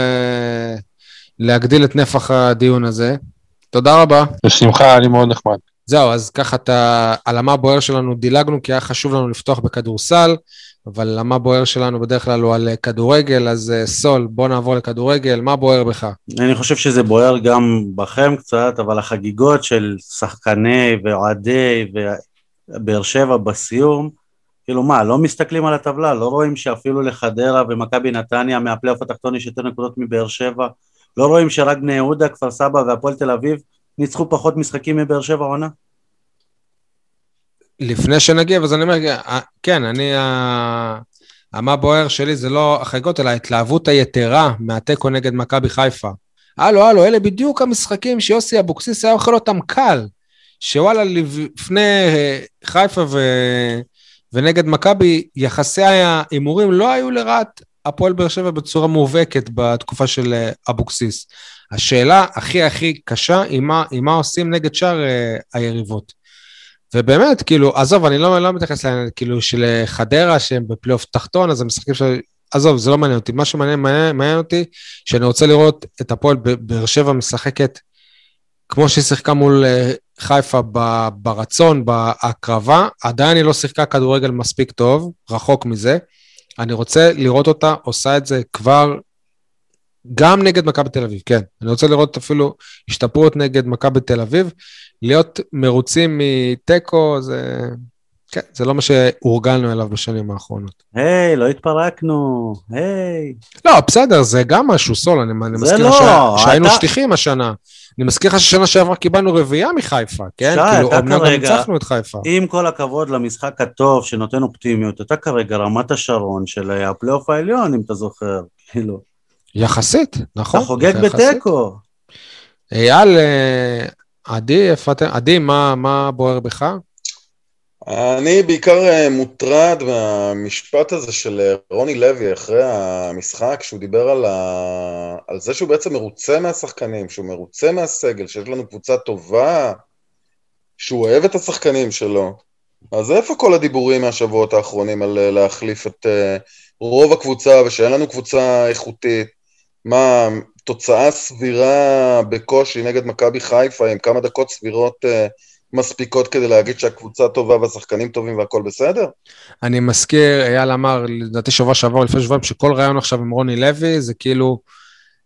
להגדיל את נפח הדיון הזה. תודה רבה. בשמחה, אני מאוד נחמד. זהו, אז ככה אתה, על מה בוער שלנו דילגנו, כי היה חשוב לנו לפתוח בכדורסל, אבל מה בוער שלנו בדרך כלל הוא על כדורגל, אז סול, בוא נעבור לכדורגל, מה בוער בך? אני חושב שזה בוער גם בכם קצת, אבל החגיגות של שחקני ועדי ובאר שבע בסיום, כאילו מה, לא מסתכלים על הטבלה, לא רואים שאפילו לחדרה ומכבי נתניה מהפלייאוף התחתון יש יותר נקודות מבאר שבע, לא רואים שרק בני יהודה, כפר סבא והפועל תל אביב ניצחו פחות משחקים מבאר שבע עונה? לפני שנגיע, אז אני אומר, כן, אני, מה בוער שלי זה לא החגיגות, אלא ההתלהבות היתרה מהטקו נגד מכבי חיפה. הלו, הלו, אלה בדיוק המשחקים שיוסי אבוקסיס היה אוכל אותם קל, שוואלה, לפני חיפה ו... ונגד מכבי, יחסי האימורים לא היו לרעת הפועל באר שבע בצורה מובהקת בתקופה של אבוקסיס. השאלה הכי הכי קשה היא מה, היא מה עושים נגד שאר היריבות. ובאמת, כאילו, עזוב, אני לא, לא מתייחס לעניין, כאילו, של חדרה, שהם בפלייאוף תחתון, אז המשחקים של... עזוב, זה לא מעניין אותי. מה שמעניין מעניין, מעניין אותי, שאני רוצה לראות את הפועל באר שבע משחקת, כמו שהיא שיחקה מול חיפה ברצון, בהקרבה, עדיין היא לא שיחקה כדורגל מספיק טוב, רחוק מזה. אני רוצה לראות אותה, עושה את זה כבר, גם נגד מכבי תל אביב, כן. אני רוצה לראות אפילו השתפרות נגד מכבי תל אביב, להיות מרוצים מטקו, זה... כן, זה לא מה שהורגלנו אליו בשנים האחרונות. היי, לא התפרקנו, היי. לא, בסדר, זה גם משהו, סול, אני, אני מזכיר לא, שהיינו אתה... שטיחים השנה. אני מזכיר לך ששנה שעברה קיבלנו רביעייה מחיפה, כן? שי, כאילו, אתה כרגע, ניצחנו את חיפה. עם כל הכבוד למשחק הטוב שנותן אופטימיות, אתה כרגע רמת השרון של הפלייאוף העליון, אם אתה זוכר, כאילו. יחסית, נכון. אתה חוגג בטקו. אייל, עדי, איפה אתם? עדי, מה, מה בוער בך? אני בעיקר מוטרד מהמשפט הזה של רוני לוי אחרי המשחק, שהוא דיבר על, ה... על זה שהוא בעצם מרוצה מהשחקנים, שהוא מרוצה מהסגל, שיש לנו קבוצה טובה, שהוא אוהב את השחקנים שלו. אז איפה כל הדיבורים מהשבועות האחרונים על להחליף את רוב הקבוצה, ושאין לנו קבוצה איכותית? מה, תוצאה סבירה בקושי נגד מכבי חיפה, עם כמה דקות סבירות... מספיקות כדי להגיד שהקבוצה טובה והשחקנים טובים והכל בסדר? אני מזכיר, אייל אמר, לדעתי שבוע שעבר לפני שבועים, שכל רעיון עכשיו עם רוני לוי, זה כאילו,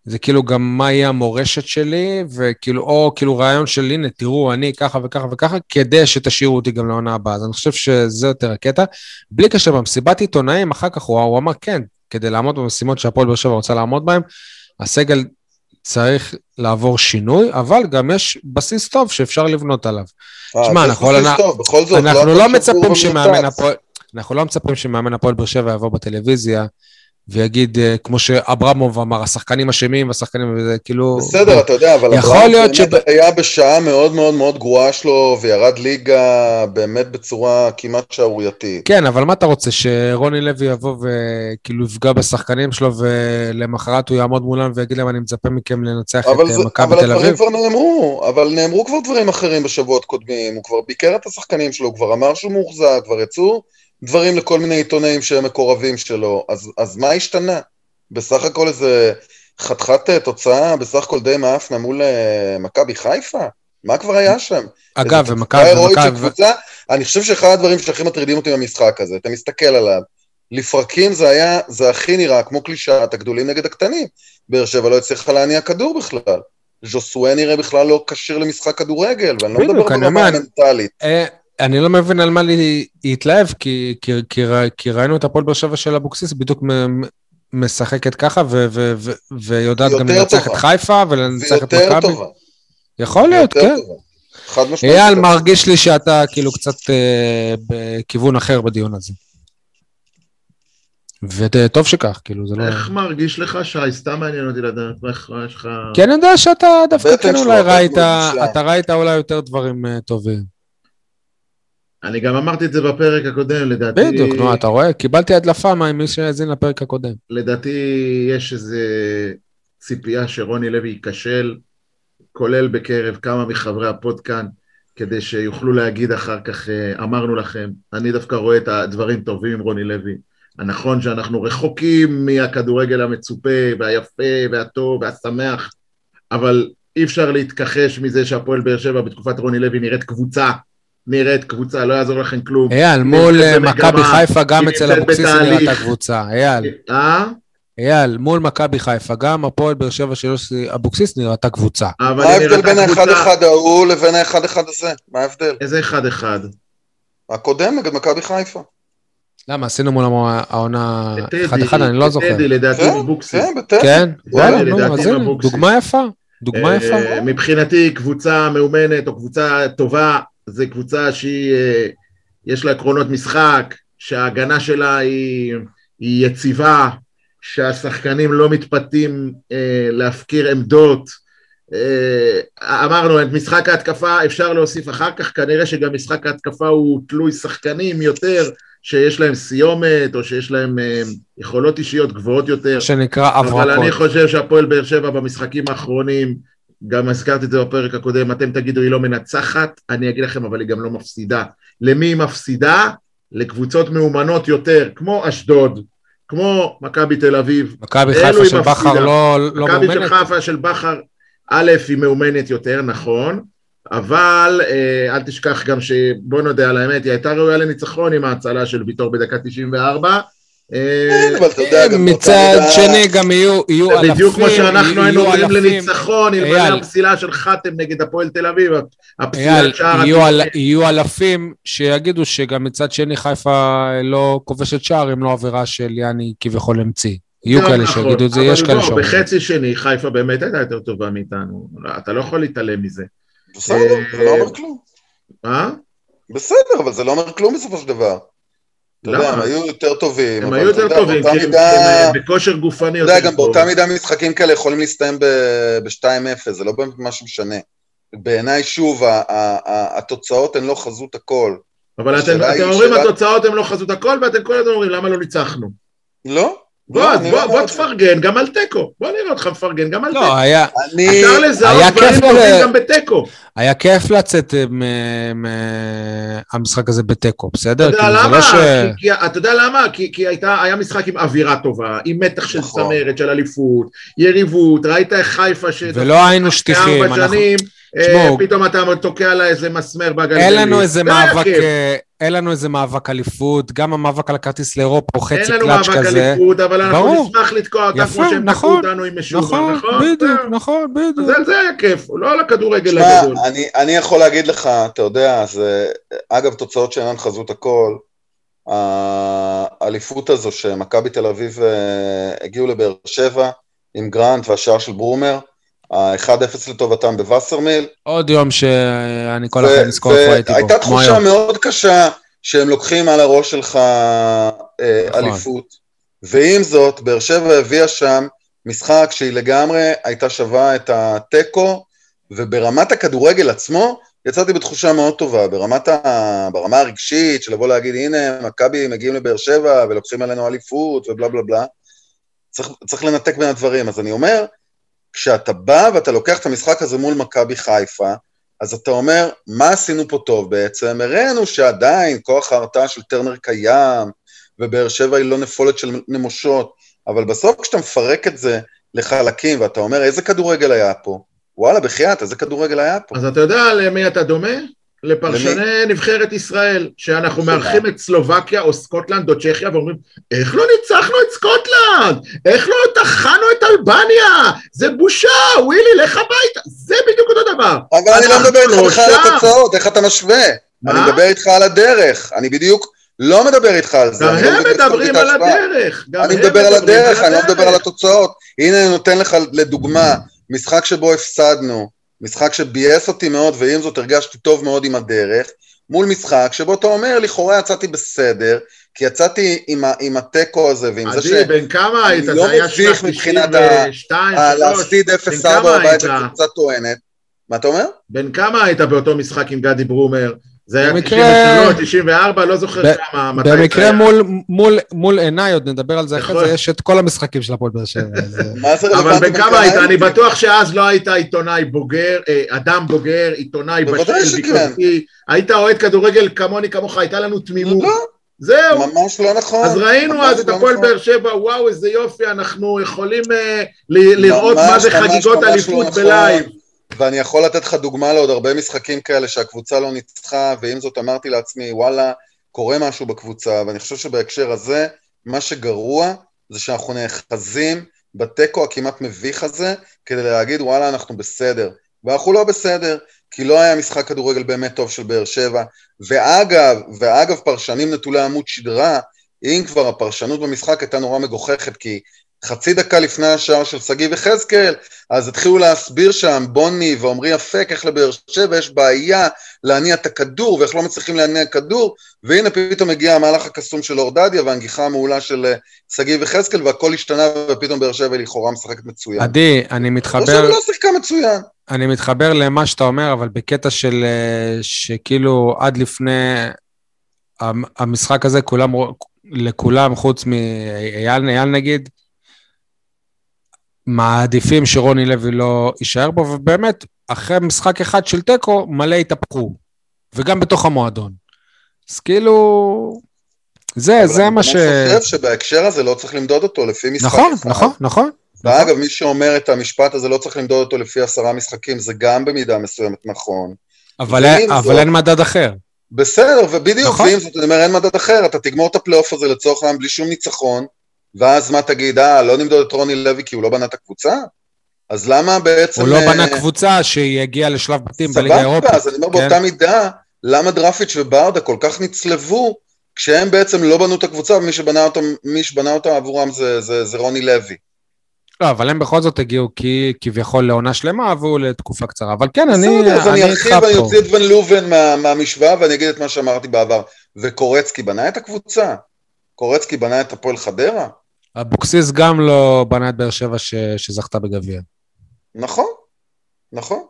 זה כאילו גם מה יהיה המורשת שלי, וכאילו, או כאילו רעיון של, הנה, תראו, אני ככה וככה וככה, כדי שתשאירו אותי גם לעונה הבאה. אז אני חושב שזה יותר הקטע. בלי קשר במסיבת עיתונאים, אחר כך הוא, הוא אמר, כן, כדי לעמוד במשימות שהפועל באר שבע רוצה לעמוד בהם, הסגל צריך לעבור שינוי, אבל גם יש בסיס טוב שאפשר לבנות עליו. תשמע, אנחנו לא מצפים שמאמן הפועל, אנחנו לא מצפים שמאמן הפועל באר שבע יבוא בטלוויזיה, ויגיד, כמו שאברמוב אמר, השחקנים אשמים, והשחקנים, וזה כאילו... בסדר, אתה יודע, אבל אברמוב באמת היה בשעה מאוד מאוד מאוד גרועה שלו, וירד ליגה באמת בצורה כמעט שערורייתית. כן, אבל מה אתה רוצה, שרוני לוי יבוא וכאילו יפגע בשחקנים שלו, ולמחרת הוא יעמוד מולם ויגיד להם, אני מצפה מכם לנצח את מכבי תל אביב? אבל הדברים כבר נאמרו, אבל נאמרו כבר דברים אחרים בשבועות קודמים, הוא כבר ביקר את השחקנים שלו, הוא כבר אמר שהוא מוחזק, כבר יצאו דברים לכל מיני עיתונאים שהם מקורבים שלו, אז, אז מה השתנה? בסך הכל איזה חתכת תוצאה, בסך הכל די מאפנה מול מכבי חיפה? מה כבר היה שם? אגב, ומכבי... קבוצה, אני חושב שאחד הדברים שהכי מטרידים אותי במשחק הזה, אתה מסתכל עליו, לפרקים זה היה, זה הכי נראה כמו קלישאת הגדולים נגד הקטנים, באר שבע לא הצליחה להניע כדור בכלל, ז'וסואה נראה בכלל לא קשיר למשחק כדורגל, ואני לא מדבר ברמה המנטלית. אני לא מבין על מה להתלהב, כי, כי, כי, כי ראינו את הפועל באר שבע של אבוקסיס, בדיוק משחקת ככה, ו, ו, ו, ויודעת גם לנצח את חיפה, ולנצח את מכבי. יכול להיות, כן. אייל, מרגיש לי שאתה כאילו קצת אה, בכיוון אחר בדיון הזה. וטוב שכך, כאילו זה לא... איך מרגיש לך שי? סתם מעניין אותי לדעת, איך יש לך... כן, יודע שאתה דווקא כן אולי ראית, אתה ראית אולי יותר דברים טובים. אני גם אמרתי את זה בפרק הקודם, לדעתי... בדיוק, נו, אתה רואה? קיבלתי הדלפה ממי שיאזין לפרק הקודם. לדעתי יש איזו ציפייה שרוני לוי ייכשל, כולל בקרב כמה מחברי הפודקאן, כדי שיוכלו להגיד אחר כך, אמרנו לכם, אני דווקא רואה את הדברים טובים עם רוני לוי. הנכון שאנחנו רחוקים מהכדורגל המצופה, והיפה, והטוב, והשמח, אבל אי אפשר להתכחש מזה שהפועל באר שבע בתקופת רוני לוי נראית קבוצה, נראית קבוצה, לא יעזור לכם כלום. אייל, מול מכבי חיפה גם אצל אבוקסיס נראית הקבוצה, אייל. אה? אייל, מול מכבי חיפה, גם הפועל באר שבע של אבוקסיס נראית הקבוצה. מה ההבדל בין האחד אחד ההוא לבין האחד אחד הזה? מה ההבדל? איזה אחד אחד? הקודם נגד מכבי חיפה. למה? עשינו מול העונה אחד אחד, אני לא זוכר. בטדי, לדעתי אבוקסיס. כן, בטדי. כן, דוגמה יפה. דוגמה יפה. מבחינתי קבוצה מאומנת או קבוצה טובה, זה קבוצה שהיא, יש לה עקרונות משחק, שההגנה שלה היא, היא יציבה, שהשחקנים לא מתפתים אה, להפקיר עמדות, אה, אמרנו, את משחק ההתקפה אפשר להוסיף אחר כך, כנראה שגם משחק ההתקפה הוא תלוי שחקנים יותר, שיש להם סיומת, או שיש להם אה, יכולות אישיות גבוהות יותר, שנקרא אברקות. אבל אני חושב שהפועל באר שבע במשחקים האחרונים, גם הזכרתי את זה בפרק הקודם, אתם תגידו היא לא מנצחת, אני אגיד לכם, אבל היא גם לא מפסידה. למי היא מפסידה? לקבוצות מאומנות יותר, כמו אשדוד, כמו מכבי תל אביב. מכבי חיפה של בכר לא, לא מאומנת. מכבי של חיפה של בכר, א' היא מאומנת יותר, נכון, אבל אה, אל תשכח גם שבוא נודע על האמת, היא הייתה ראויה לניצחון עם ההצלה של ויטור בדקה תשעים וארבע, מצד שני גם יהיו אלפים, בדיוק כמו שאנחנו היינו רואים לניצחון, אלמלא הפסילה של חתם נגד הפועל תל אביב, יהיו אלפים שיגידו שגם מצד שני חיפה לא כובשת שער אם לא עבירה של יאני כביכול המציא, יהיו כאלה שיגידו את זה, יש כאלה שאומרים. בחצי שני חיפה באמת הייתה יותר טובה מאיתנו, אתה לא יכול להתעלם מזה. בסדר, זה לא אומר כלום. מה? בסדר, אבל זה לא אומר כלום בסופו של דבר. אתה יודע, הם היו יותר טובים. הם היו יותר טובים, כי הם בכושר גופני יותר טוב. אתה יודע, גם באותה מידה משחקים כאלה יכולים להסתיים ב-שתיים אפס, זה לא באמת מה שמשנה. בעיניי שוב, התוצאות הן לא חזות הכל. אבל אתם אומרים, התוצאות הן לא חזות הכל, ואתם כל הזמן אומרים, למה לא ניצחנו? לא. בוא תפרגן גם על טקו, בוא נראה אותך מפרגן גם על טקו. לא, היה... אפשר לזהות דברים טובים גם בטקו. היה כיף לצאת מהמשחק הזה בטקו, בסדר? אתה יודע למה? אתה יודע למה? כי היה משחק עם אווירה טובה, עם מתח של צמרת, של אליפות, יריבות, ראית איך חיפה ש... ולא היינו שטיחים, פתאום אתה תוקע לה איזה מסמר בגלגלים. אין לנו איזה מאבק, אין לנו איזה מאבק אליפות, גם המאבק על הכרטיס לאירופה הוא חצי קלאץ' כזה. אין לנו מאבק אליפות, אבל אנחנו נשמח לתקוע אותם כמו שהם תקעו אותנו עם משובה, נכון? נכון, בדיוק, נכון, בדיוק. אז על זה היה כיף, לא על הכדורגל שמה, הגדול. אני, אני יכול להגיד לך, אתה יודע, זה, אגב, תוצאות שאינן חזות הכל, האליפות הזו שמכבי תל אביב הגיעו לבאר שבע, עם גרנט והשאר של ברומר, ה-אחד אפס לטובתם בווסרמיל. עוד יום שאני כל החיים נזכור איפה הייתי בו. והייתה תחושה מאוד קשה שהם לוקחים על הראש שלך אליפות, ועם זאת, באר שבע הביאה שם משחק שהיא לגמרי הייתה שווה את הטקו, וברמת הכדורגל עצמו, יצאתי בתחושה מאוד טובה, ברמת ה... ברמה הרגשית, של לבוא להגיד, הנה, מכבי מגיעים לבאר שבע, ולוקחים עלינו אליפות, ובלה בלה בלה. צריך, צריך לנתק בין הדברים. אז אני אומר, כשאתה בא ואתה לוקח את המשחק הזה מול מכבי חיפה, אז אתה אומר, מה עשינו פה טוב בעצם? הראינו שעדיין כוח ההרתעה של טרנר קיים, ובאר שבע היא לא נפולת של נמושות, אבל בסוף כשאתה מפרק את זה לחלקים, ואתה אומר, איזה כדורגל היה פה? וואלה, בחייאת, איזה כדורגל היה פה? אז אתה יודע למי אתה דומה? לפרשני נבחרת ישראל, שאנחנו מארחים את סלובקיה או סקוטלנד או צ'כיה, ואומרים, איך לא ניצחנו את סקוטלנד? איך לא תחנו את אלבניה? זה בושה, ווילי, לך הביתה. זה בדיוק אותו דבר. אבל אני לא מדבר איתך בכלל על התוצאות, איך אתה משווה? אני מדבר איתך על הדרך, אני בדיוק לא מדבר איתך על זה. גם הם מדברים על הדרך. אני מדבר על הדרך, אני לא מדבר על התוצאות. הנה אני נותן לך לדוגמה, משחק שבו הפסדנו, משחק שבייס אותי מאוד, ועם זאת הרגשתי טוב מאוד עם הדרך, מול משחק שבו אתה אומר, לכאורה יצאתי בסדר, כי יצאתי עם, עם הטקו הזה, ועם זה ש... עדי, בין כמה היית? זה היה מביך מבחינת להפסיד אפס ארבע בבית לקבוצה טוענת. מה אתה אומר? בין כמה היית באותו משחק עם גדי ברומר? זה היה תשעים ושלוש, תשעים וארבע, לא זוכר כמה, מתי זה היה. במקרה מול עיניי, עוד נדבר על זה אחרי זה, יש את כל המשחקים של הפועל באר שבע. אבל בין כמה היית? אני בטוח שאז לא היית עיתונאי בוגר, אדם בוגר, עיתונאי בשל, ביקורתי, היית אוהד כדורגל כמוני כמוך, הייתה לנו תמימות. זהו. ממש לא נכון. אז ראינו אז את הפועל באר שבע, וואו, איזה יופי, אנחנו יכולים לראות מה זה חגיגות אליפות בלייב. ואני יכול לתת לך דוגמה לעוד הרבה משחקים כאלה שהקבוצה לא ניצחה, ועם זאת אמרתי לעצמי, וואלה, קורה משהו בקבוצה, ואני חושב שבהקשר הזה, מה שגרוע זה שאנחנו נאחזים בטקו הכמעט מביך הזה, כדי להגיד, וואלה, אנחנו בסדר. ואנחנו לא בסדר, כי לא היה משחק כדורגל באמת טוב של באר שבע, ואגב, ואגב פרשנים נטולי עמוד שדרה, אם כבר הפרשנות במשחק הייתה נורא מגוחכת, כי חצי דקה לפני השער של סגי וחזקאל, אז התחילו להסביר שם בוני ועומרי אפק, איך לבאר שבע יש בעיה להניע את הכדור, ואיך לא מצליחים להניע כדור, והנה פתאום הגיע המהלך הקסום של אורדדיה, והנגיחה המעולה של סגי וחזקאל, והכל השתנה, ופתאום באר שבע לכאורה משחקת מצוין. עדי, אני מתחבר... באר שבע לא שיחקה מצוין. אני מתחבר למה שאתה אומר, אבל בקטע של שכאילו עד לפני המשחק הזה, כולם, לכולם חוץ מאייל נגיד, מעדיפים שרוני לוי לא יישאר בו, ובאמת, אחרי משחק אחד של טקו, מלא התהפכו, וגם בתוך המועדון. אז כאילו, זה, זה מה ש... אבל אני חושב שבהקשר הזה לא צריך למדוד אותו לפי משחק נכון, אחד. נכון, נכון. ואגב, מי שאומר את המשפט הזה לא צריך למדוד אותו לפי עשרה משחקים, זה גם במידה מסוימת נכון. אבל, אבל אין מדד אחר. בסדר, ובדיוק, ואם זאת אומרת, אין מדד אחר, אתה תגמור את הפלייאוף הזה לצורך להם בלי שום ניצחון, ואז מה תגיד, אה, לא נמדוד את רוני לוי כי הוא לא בנה את הקבוצה? אז למה בעצם... הוא לא בנה קבוצה שהיא הגיעה לשלב בתים בליגה האירופית. אז אני אומר באותה מידה, למה דרפיץ' וברדה כל כך נצלבו, כשהם בעצם לא בנו את הקבוצה, ומי שבנה אותם, מי שבנה אותם עבורם זה, זה, זה רוני לוי. לא, אבל הם בכל זאת הגיעו כי כביכול לעונה שלמה, עברו לתקופה קצרה. אבל כן, אני... אז אני ארחיב ואני אוציא את ון לובן מהמשוואה, ואני אגיד את מה שאמרתי בעבר. וקורצקי בנה את הקבוצה? קורצקי בנה את הפועל חדרה? אבוקסיס גם לא בנה את באר שבע ש... שזכתה בגביע. נכון, נכון.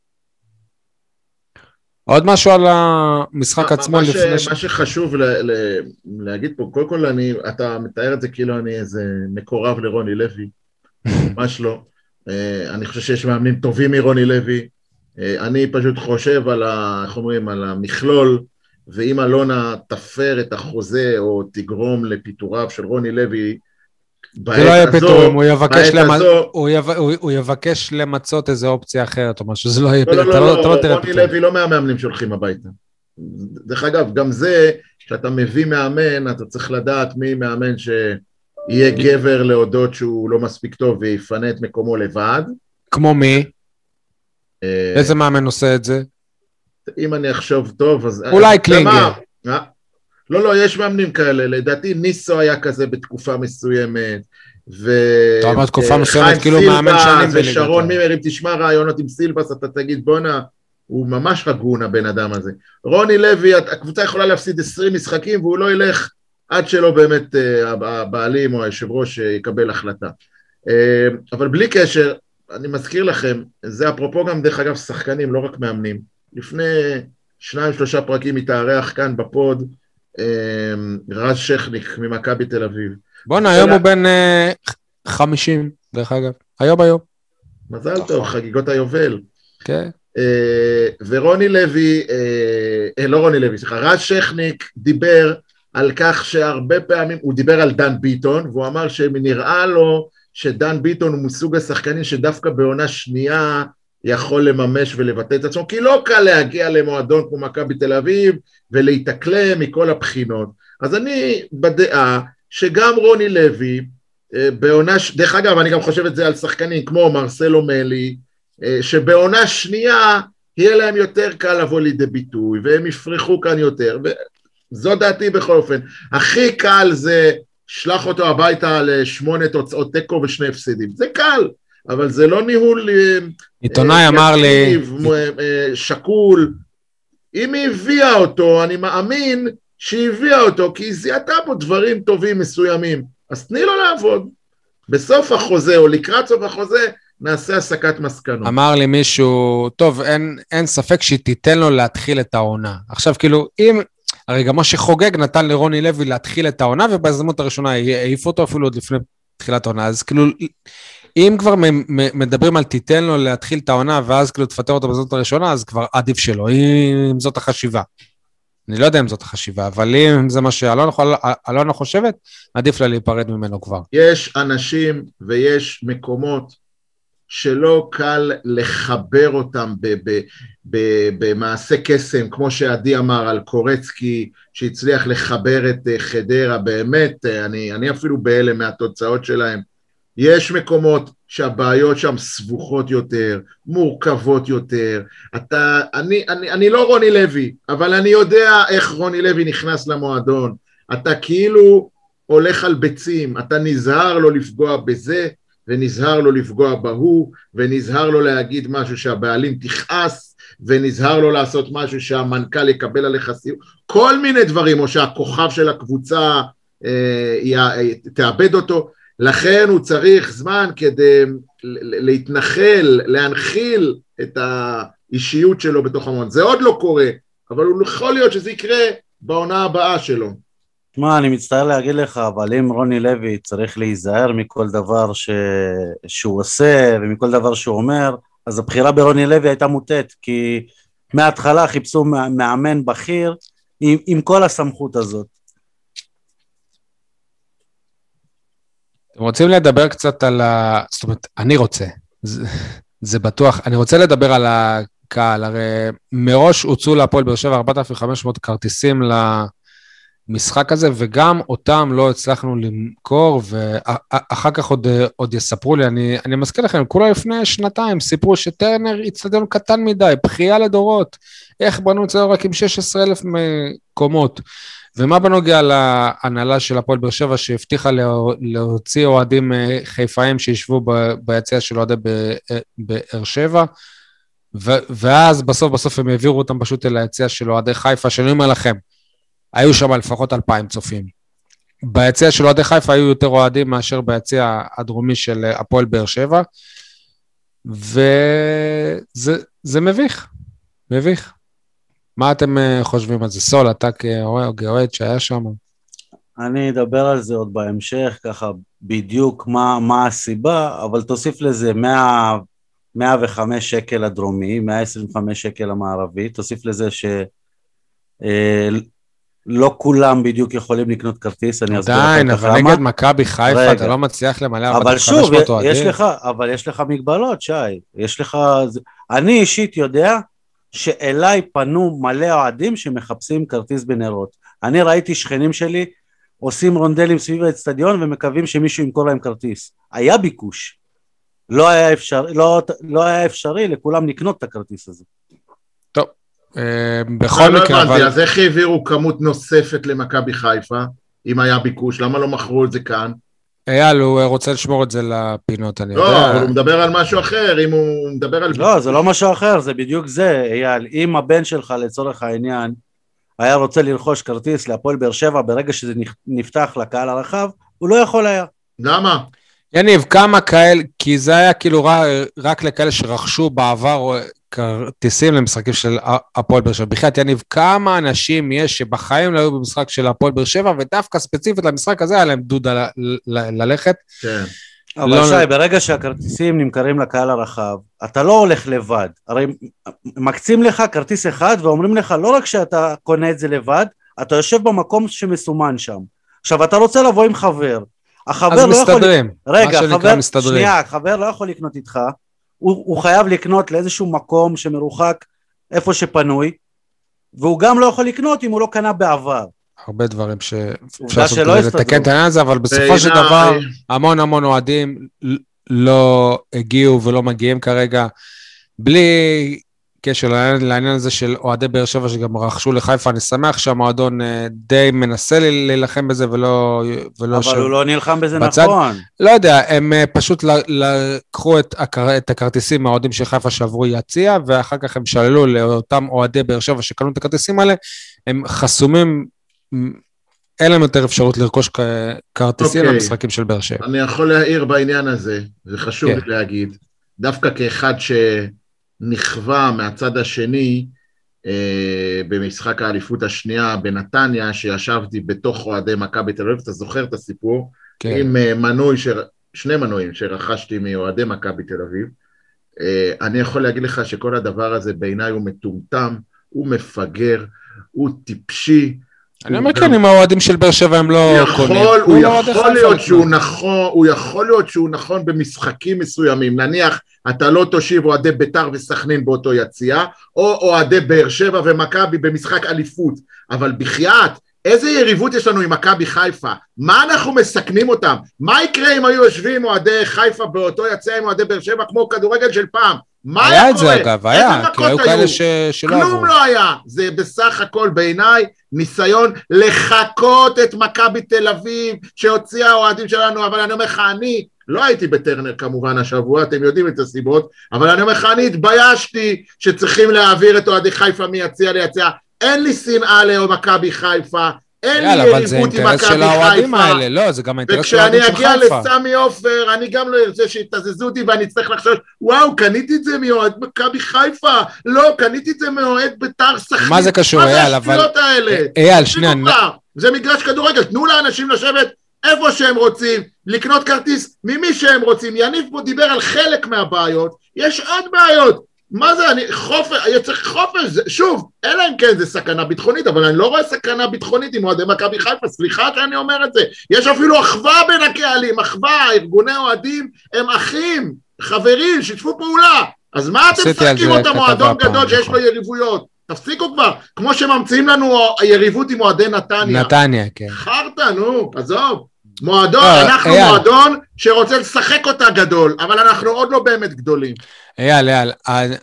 עוד משהו על המשחק עצמו מה לפני ש... מה שחשוב ל... ל... להגיד פה, קודם כל אני, אתה מתאר את זה כאילו אני איזה מקורב לרוני לוי, ממש לא. אני חושב שיש מאמנים טובים מרוני לוי, אני פשוט חושב על, ה... איך אומרים, על המכלול, ואם אלונה תפר את החוזה או תגרום לפיטוריו של רוני לוי, זה לא יהיה פיטורים, הוא יבקש למצות איזו אופציה אחרת או משהו, זה לא יהיה פיטורים. לא, לא, לא, רוני לוי לא מהמאמנים שהולכים הביתה. דרך אגב, גם זה, שאתה מביא מאמן, אתה צריך לדעת מי מאמן שיהיה גבר להודות שהוא לא מספיק טוב ויפנה את מקומו לבד. כמו מי? איזה מאמן עושה את זה? אם אני אחשוב טוב, אז... אולי קלינגר. לא, לא, יש מאמנים כאלה, לדעתי ניסו היה כזה בתקופה מסוימת, ו... טוב, בתקופה מסוימת, כאילו מאמן שנים בליגת. ושרון מימר, אם תשמע רעיונות עם סילבס, אתה תגיד, בונה, הוא ממש הגון הבן אדם הזה. רוני לוי, הקבוצה יכולה להפסיד עשרים משחקים, והוא לא ילך עד שלא באמת הבעלים או היושב ראש יקבל החלטה. אבל בלי קשר, אני מזכיר לכם, זה אפרופו גם דרך אגב שחקנים, לא רק מאמנים. לפני שניים, שלושה פרקים התארח כאן בפוד, רז שכניק ממכבי תל אביב. בוא'נה, היום הוא בן חמישים, דרך אגב. היום היום. מזל טוב, חגיגות היובל. כן. ורוני לוי, לא רוני לוי, סליחה, רז שכניק דיבר על כך שהרבה פעמים, הוא דיבר על דן ביטון, והוא אמר שנראה לו שדן ביטון הוא מסוג השחקנים שדווקא בעונה שנייה יכול לממש ולבטא את עצמו, כי לא קל להגיע למועדון כמו מכבי תל אביב ולהתאקלם מכל הבחינות. אז אני בדעה שגם רוני לוי, בעונה, דרך אגב, אני גם חושב את זה על שחקנים כמו מרסלו מלי, שבעונה שנייה יהיה להם יותר קל לבוא לידי ביטוי, והם יפרחו כאן יותר, וזו דעתי בכל אופן. הכי קל זה שלח אותו הביתה לשמונה תוצאות תיקו ושני הפסדים. זה קל, אבל זה לא ניהול... עיתונאי אמר לי... שקול. אם היא הביאה אותו, אני מאמין שהיא הביאה אותו, כי היא זיהתה פה דברים טובים מסוימים. אז תני לו לעבוד. בסוף החוזה, או לקראת סוף החוזה, נעשה הסקת מסקנות. אמר לי מישהו, טוב, אין, אין ספק שהיא תיתן לו להתחיל את העונה. עכשיו, כאילו, אם... הרי גם משה חוגג נתן לרוני לוי להתחיל את העונה, ובהזדמנות הראשונה העיף אותו אפילו עוד לפני תחילת העונה. אז כאילו, אם כבר מדברים על תיתן לו להתחיל את העונה, ואז כאילו תפטר אותו בהזדמנות הראשונה, אז כבר עדיף שלו, אם זאת החשיבה. אני לא יודע אם זאת החשיבה, אבל אם זה מה שאלונה חושבת, עדיף לה להיפרד ממנו כבר. יש אנשים ויש מקומות שלא קל לחבר אותם במעשה קסם, כמו שעדי אמר על קורצקי, שהצליח לחבר את חדרה, באמת, אני, אני אפילו בהלם מהתוצאות שלהם. יש מקומות שהבעיות שם סבוכות יותר, מורכבות יותר. אתה, אני, אני, אני לא רוני לוי, אבל אני יודע איך רוני לוי נכנס למועדון. אתה כאילו הולך על ביצים, אתה נזהר לא לפגוע בזה, ונזהר לו לפגוע בהוא, ונזהר לו להגיד משהו שהבעלים תכעס, ונזהר לו לעשות משהו שהמנכ"ל יקבל עליך סיום, כל מיני דברים, או שהכוכב של הקבוצה אה, תאבד אותו, לכן הוא צריך זמן כדי להתנחל, להנחיל את האישיות שלו בתוך המון. זה עוד לא קורה, אבל הוא יכול להיות שזה יקרה בעונה הבאה שלו. מה, אני מצטער להגיד לך, אבל אם רוני לוי צריך להיזהר מכל דבר ש... שהוא עושה ומכל דבר שהוא אומר, אז הבחירה ברוני לוי הייתה מוטט, כי מההתחלה חיפשו מאמן בכיר עם, עם כל הסמכות הזאת. אתם רוצים לדבר קצת על ה... זאת אומרת, אני רוצה, זה, זה בטוח, אני רוצה לדבר על הקהל, הרי מראש הוצאו להפועל באר שבע ארבעת אלפים וחמש מאות כרטיסים ל... משחק הזה, וגם אותם לא הצלחנו למכור, ואחר כך עוד, עוד יספרו לי, אני, אני מזכיר לכם, כולה לפני שנתיים, סיפרו שטרנר אצטדיון קטן מדי, בחייה לדורות, איך בנו אצלנו רק עם שש עשרה אלף מקומות, ומה בנוגע להנהלה של הפועל באר שבע, שהבטיחה להוציא אוהדים חיפאים שישבו ביציע של אוהדי באר שבע, ואז בסוף בסוף הם העבירו אותם פשוט אל היציע של אוהדי חיפה, שאני אומר לכם, היו שם לפחות אלפיים צופים. ביציע של אוהדי חיפה היו יותר אוהדים מאשר ביציע הדרומי של הפועל באר שבע, וזה זה מביך, מביך. מה אתם חושבים על זה? סול, אתה כאוהד שהיה שם? אני אדבר על זה עוד בהמשך, ככה בדיוק מה, מה הסיבה, אבל תוסיף לזה מאה וחמש שקל הדרומי, מאה עשרים וחמש שקל המערבי, תוסיף לזה ש... לא כולם בדיוק יכולים לקנות כרטיס, אני אסביר עדיין, אבל נגד מכבי חיפה, אתה לא מצליח למלא אבל שוב, יש לך, אבל יש לך מגבלות, שי, יש לך, אני אישית יודע שאליי פנו מלא אוהדים שמחפשים כרטיס בנרות. אני ראיתי שכנים שלי עושים רונדלים סביב האצטדיון ומקווים שמישהו ימכור להם כרטיס. היה ביקוש. לא היה אפשרי, לא, לא היה אפשרי לכולם לקנות את הכרטיס הזה. טוב, בכל מקרה, אבל... אז איך העבירו כמות נוספת למכבי חיפה, אם היה ביקוש? למה לא מכרו את זה כאן? אייל, הוא רוצה לשמור את זה לפינות, אני יודע. לא, אבל הוא מדבר על משהו אחר, אם הוא מדבר על... לא, זה לא משהו אחר, זה בדיוק זה, אייל. אם הבן שלך לצורך העניין, היה רוצה לרכוש כרטיס להפועל באר שבע, ברגע שזה נפתח לקהל הרחב, הוא לא יכול היה. למה? יניב, כמה כאלה, כי זה היה כאילו רק לכאלה שרכשו בעבר כרטיסים למשחקים של הפועל באר שבע. בכלל, יניב, כמה אנשים יש שבחיים לא היו במשחק של הפועל באר שבע, ודווקא ספציפית למשחק הזה היה להם דודה ללכת. כן. אבל לא... שי, ברגע שהכרטיסים נמכרים לקהל הרחב, אתה לא הולך לבד. הרי מקצים לך כרטיס אחד, ואומרים לך לא רק שאתה קונה את זה לבד, אתה יושב במקום שמסומן שם. עכשיו, אתה רוצה לבוא עם חבר, החבר לא מסתדרים. יכול... רגע, חבר, מסתדרים. שנייה, חבר לא יכול לקנות איתך, הוא, הוא חייב לקנות לאיזשהו מקום שמרוחק איפה שפנוי, והוא גם לא יכול לקנות אם הוא לא קנה בעבר. הרבה דברים שאפשר לעשות כדי לתקן את העניין הזה, אבל בסופו של דבר, המון המון אוהדים לא הגיעו ולא מגיעים כרגע, בלי קשר לעניין הזה של אוהדי באר שבע שגם רכשו לחיפה. אני שמח שהמועדון די מנסה להילחם בזה ולא... אבל הוא לא נלחם בזה נכון. לא יודע, הם פשוט לקחו את הכרטיסים מהאוהדים של חיפה שעברו יציע, ואחר כך הם שללו לאותם אוהדי באר שבע שקנו את הכרטיסים האלה, הם חסומים, אין להם יותר אפשרות לרכוש כרטיסים למשחקים של באר שבע. אני יכול להעיר בעניין הזה, זה חשוב להגיד, דווקא כאחד ש... נכווה מהצד השני אה, במשחק האליפות השנייה בנתניה, שישבתי בתוך אוהדי מכבי תל אביב, אתה זוכר את הסיפור? כן. עם אה, מנוי, ש... שני מנויים שרכשתי מאוהדי מכבי תל אביב, אה, אני יכול להגיד לך שכל הדבר הזה בעיניי הוא מטומטם, הוא מפגר, הוא טיפשי, אני אומר כן, אם האוהדים של באר שבע הם לא קונים. הוא יכול להיות שהוא נכון, הוא יכול להיות שהוא נכון במשחקים מסוימים, נניח אתה לא תושיב אוהדי ביתר וסכנין באותו יציאה, או אוהדי באר שבע ומכבי במשחק אליפות, אבל בחייאת, איזה יריבות יש לנו עם מכבי חיפה? מה אנחנו מסכנים אותם? מה יקרה אם היו יושבים אוהדי חיפה באותו יציאה עם אוהדי באר שבע כמו כדורגל של פעם? היה את זה אגב, היה, כי היו כאלה שלא עברו. כלום לא היה, זה בסך הכל בעיניי ניסיון לחכות את מכבי תל אביב שהוציאה האוהדים שלנו, אבל אני אומר לך, אני לא הייתי בטרנר כמובן השבוע, אתם יודעים את הסיבות, אבל אני אומר לך, אני התביישתי שצריכים להעביר את אוהדי חיפה מיציע ליציע, אין לי שנאה למכבי חיפה, אין לי יריבות עם מכבי חיפה, לא, זה גם האינטרס של האוהדים של חיפה. וכשאני אגיע לסמי עופר, אני גם לא ארצה שיתזזו אותי, ואני אצטרך לחשוב, וואו, קניתי את זה מאוהד מכבי חיפה, לא, קניתי את זה מאוהד בית"ר סכנין. מה זה קשור, אייל? אבל... מה זה השטויות האלה? אייל, שנייה. זה מגרש כדורגל, תנו לאנשים לשבת איפה שהם רוצים, לקנות כרטיס ממי שהם רוצים. יניב פה דיבר על חלק מהבעיות, יש עוד בעיות. מה זה, אני חופש, אני צריך חופש, שוב, אלא אם כן זה סכנה ביטחונית, אבל אני לא רואה סכנה ביטחונית עם אוהדי מכבי חיפה, סליחה שאני אומר את זה, יש אפילו אחווה בין הקהלים, אחווה, ארגוני אוהדים הם אחים, חברים, שיתפו פעולה, אז מה אתם משחקים אותם מועדון גדול שיש לו יריבויות? תפסיקו כבר, כמו שממציאים לנו יריבות עם אוהדי נתניה. נתניה, כן. חרטה, נו, עזוב. מועדון, אנחנו מועדון שרוצה לשחק אותה גדול, אבל אנחנו עוד לא באמת גדולים. אייל, אייל,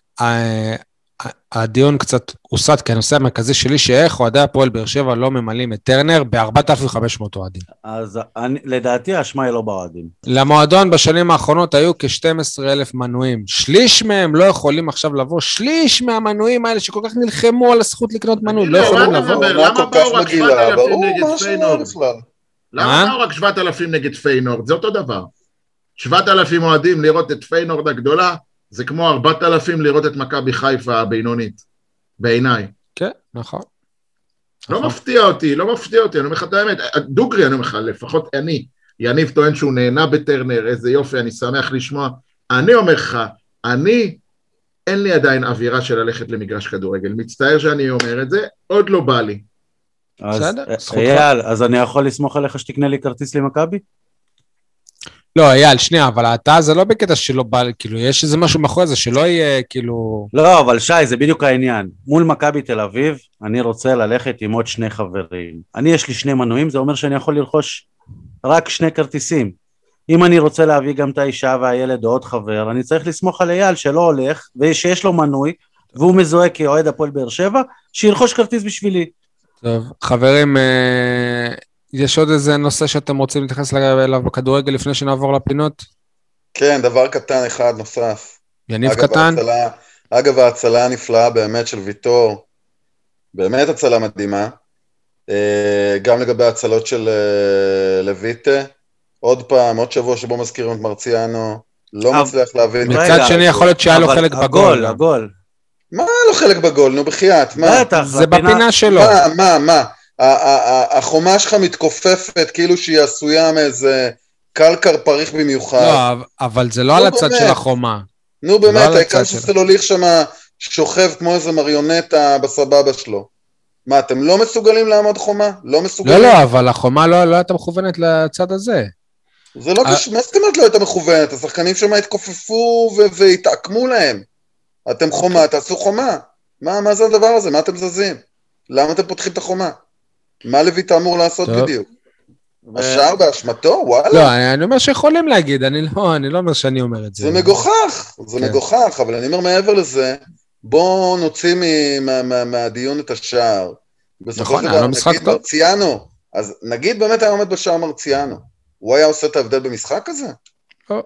הדיון קצת הוסד, כי הנושא המרכזי שלי, שאיך אוהדי הפועל באר שבע לא ממלאים את טרנר ב-ארבעת אלפים וחמש מאות אוהדים. אז לדעתי השמה היא לא באוהדים. למועדון בשנים האחרונות היו כ-שנים עשר אלף מנויים. שליש מהם לא יכולים עכשיו לבוא, שליש מהמנויים האלה שכל כך נלחמו על הזכות לקנות מנוי, לא יכולים לבוא. למה באו רק שבעת אלפים נגד פיינורד? למה באו רק שבעת אלפים נגד פיינורד? זה אותו דבר. שבעת אלפים אוהדים לראות את פיינורד הגדולה, זה כמו ארבעת אלפים לראות את מכבי חיפה הבינונית, בעיניי. כן, נכון. לא מפתיע אותי, לא מפתיע אותי, אני אומר לך את האמת, דוגרי אני אומר לך, לפחות אני, יניב טוען שהוא נהנה בטרנר, איזה יופי, אני שמח לשמוע, אני אומר לך, אני, אין לי עדיין אווירה של ללכת למגרש כדורגל, מצטער שאני אומר את זה, עוד לא בא לי. אז אייל, אז אני יכול לסמוך עליך שתקנה לי כרטיס למכבי? לא, אייל, שנייה, אבל אתה זה לא בקטע שלא בא, כאילו, יש איזה משהו מאחורי זה, שלא יהיה, כאילו... לא, אבל שי, זה בדיוק העניין. מול מכבי תל אביב, אני רוצה ללכת עם עוד שני חברים. אני, יש לי שני מנויים, זה אומר שאני יכול לרכוש רק שני כרטיסים. אם אני רוצה להביא גם את האישה והילד או עוד חבר, אני צריך לסמוך על אייל שלא הולך, ושיש לו מנוי, והוא מזוהה כאוהד הפועל באר שבע, שירכוש כרטיס בשבילי. טוב, חברים, יש עוד איזה נושא שאתם רוצים להתייחס אליו בכדורגל לפני שנעבור לפינות? כן, דבר קטן אחד נוסף. יניב קטן? ההצלה, אגב, ההצלה הנפלאה באמת של ויטור, באמת הצלה מדהימה, גם לגבי ההצלות של לויטה, עוד פעם, עוד שבוע שבו מזכירים את מרציאנו, לא מצליח להבין. מצד שני יכול להיות שהיה לו חלק בגול. הגול. מה לא חלק בגול? נו בחייאת, מה? זה בפינה שלו. מה, מה, מה? החומה שלך מתכופפת כאילו שהיא עשויה מאיזה קלקר פריך במיוחד. לא, אבל זה לא על הצד של החומה. נו באמת, העיקר שסלוליך שם שוכב כמו איזה מריונטה בסבבה שלו. מה, אתם לא מסוגלים לעמוד חומה? לא מסוגלים? לא, לא, אבל החומה לא הייתה מכוונת לצד הזה. זה לא קשור, מה זאת אומרת לא הייתה מכוונת? השחקנים שם התכופפו והתעקמו להם. אתם חומה, תעשו חומה. מה, מה זה הדבר הזה? מה אתם זזים? למה אתם פותחים את החומה? מה לויטה אמור לעשות בדיוק? השאר באשמתו? וואלה. לא, אני אומר שיכולים להגיד, אני לא, אני לא אומר שאני אומר את זה. זה מגוחך, זה מגוחך, אבל אני אומר מעבר לזה, בואו נוציא מהדיון את השאר. נכון, היה לו משחק טוב. מרציאנו, אז נגיד באמת היה עומד בשער מרציאנו, הוא היה עושה את ההבדל במשחק הזה? לא,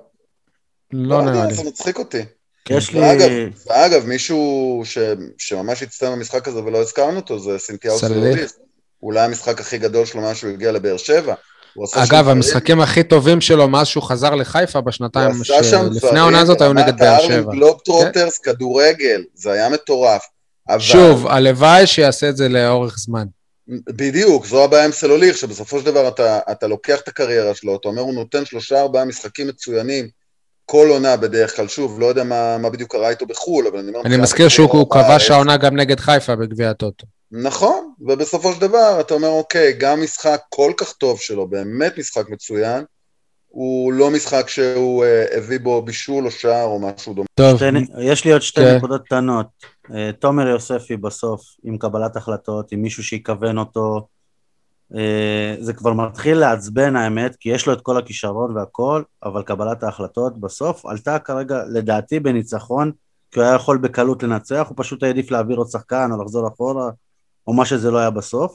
לא נראה לי. זה מצחיק אותי. יש לי... ואגב, מישהו שממש הצטער במשחק הזה ולא הזכרנו אותו, זה סינתיהו סלוליך. אולי המשחק הכי גדול שלו מאז שהוא הגיע לבאר שבע. אגב, המשחקים הכי טובים שלו מאז שהוא חזר לחיפה בשנתיים שלפני העונה הזאת היו נגד באר שבע. גלובטרוטרס, כדורגל, זה היה מטורף. שוב, הלוואי שיעשה את זה לאורך זמן. בדיוק, זו הבעיה עם סלוליך, שבסופו של דבר אתה לוקח את הקריירה שלו, אתה אומר הוא נותן שלושה ארבעה משחקים מצוינים, כל עונה בדרך כלל, שוב, לא יודע מה, מה בדיוק קרה איתו בחול, אבל אני אומר... אני מזכיר שהוא כבש העונה גם נגד חיפה בגביע הטוטו. נכון, ובסופו של דבר אתה אומר, אוקיי, גם משחק כל כך טוב שלו, באמת משחק מצוין, הוא לא משחק שהוא uh, הביא בו בישול או שער או משהו דומה. טוב. שתי, יש לי עוד שתי okay. נקודות קטנות. Uh, תומר יוספי בסוף, עם קבלת החלטות, עם מישהו שיקוון אותו, uh, זה כבר מתחיל לעצבן האמת, כי יש לו את כל הכישרון והכל, אבל קבלת ההחלטות בסוף עלתה כרגע לדעתי בניצחון, כי הוא היה יכול בקלות לנצח, הוא פשוט העדיף להעביר עוד שחקן או לחזור אחורה, או מה שזה לא היה בסוף.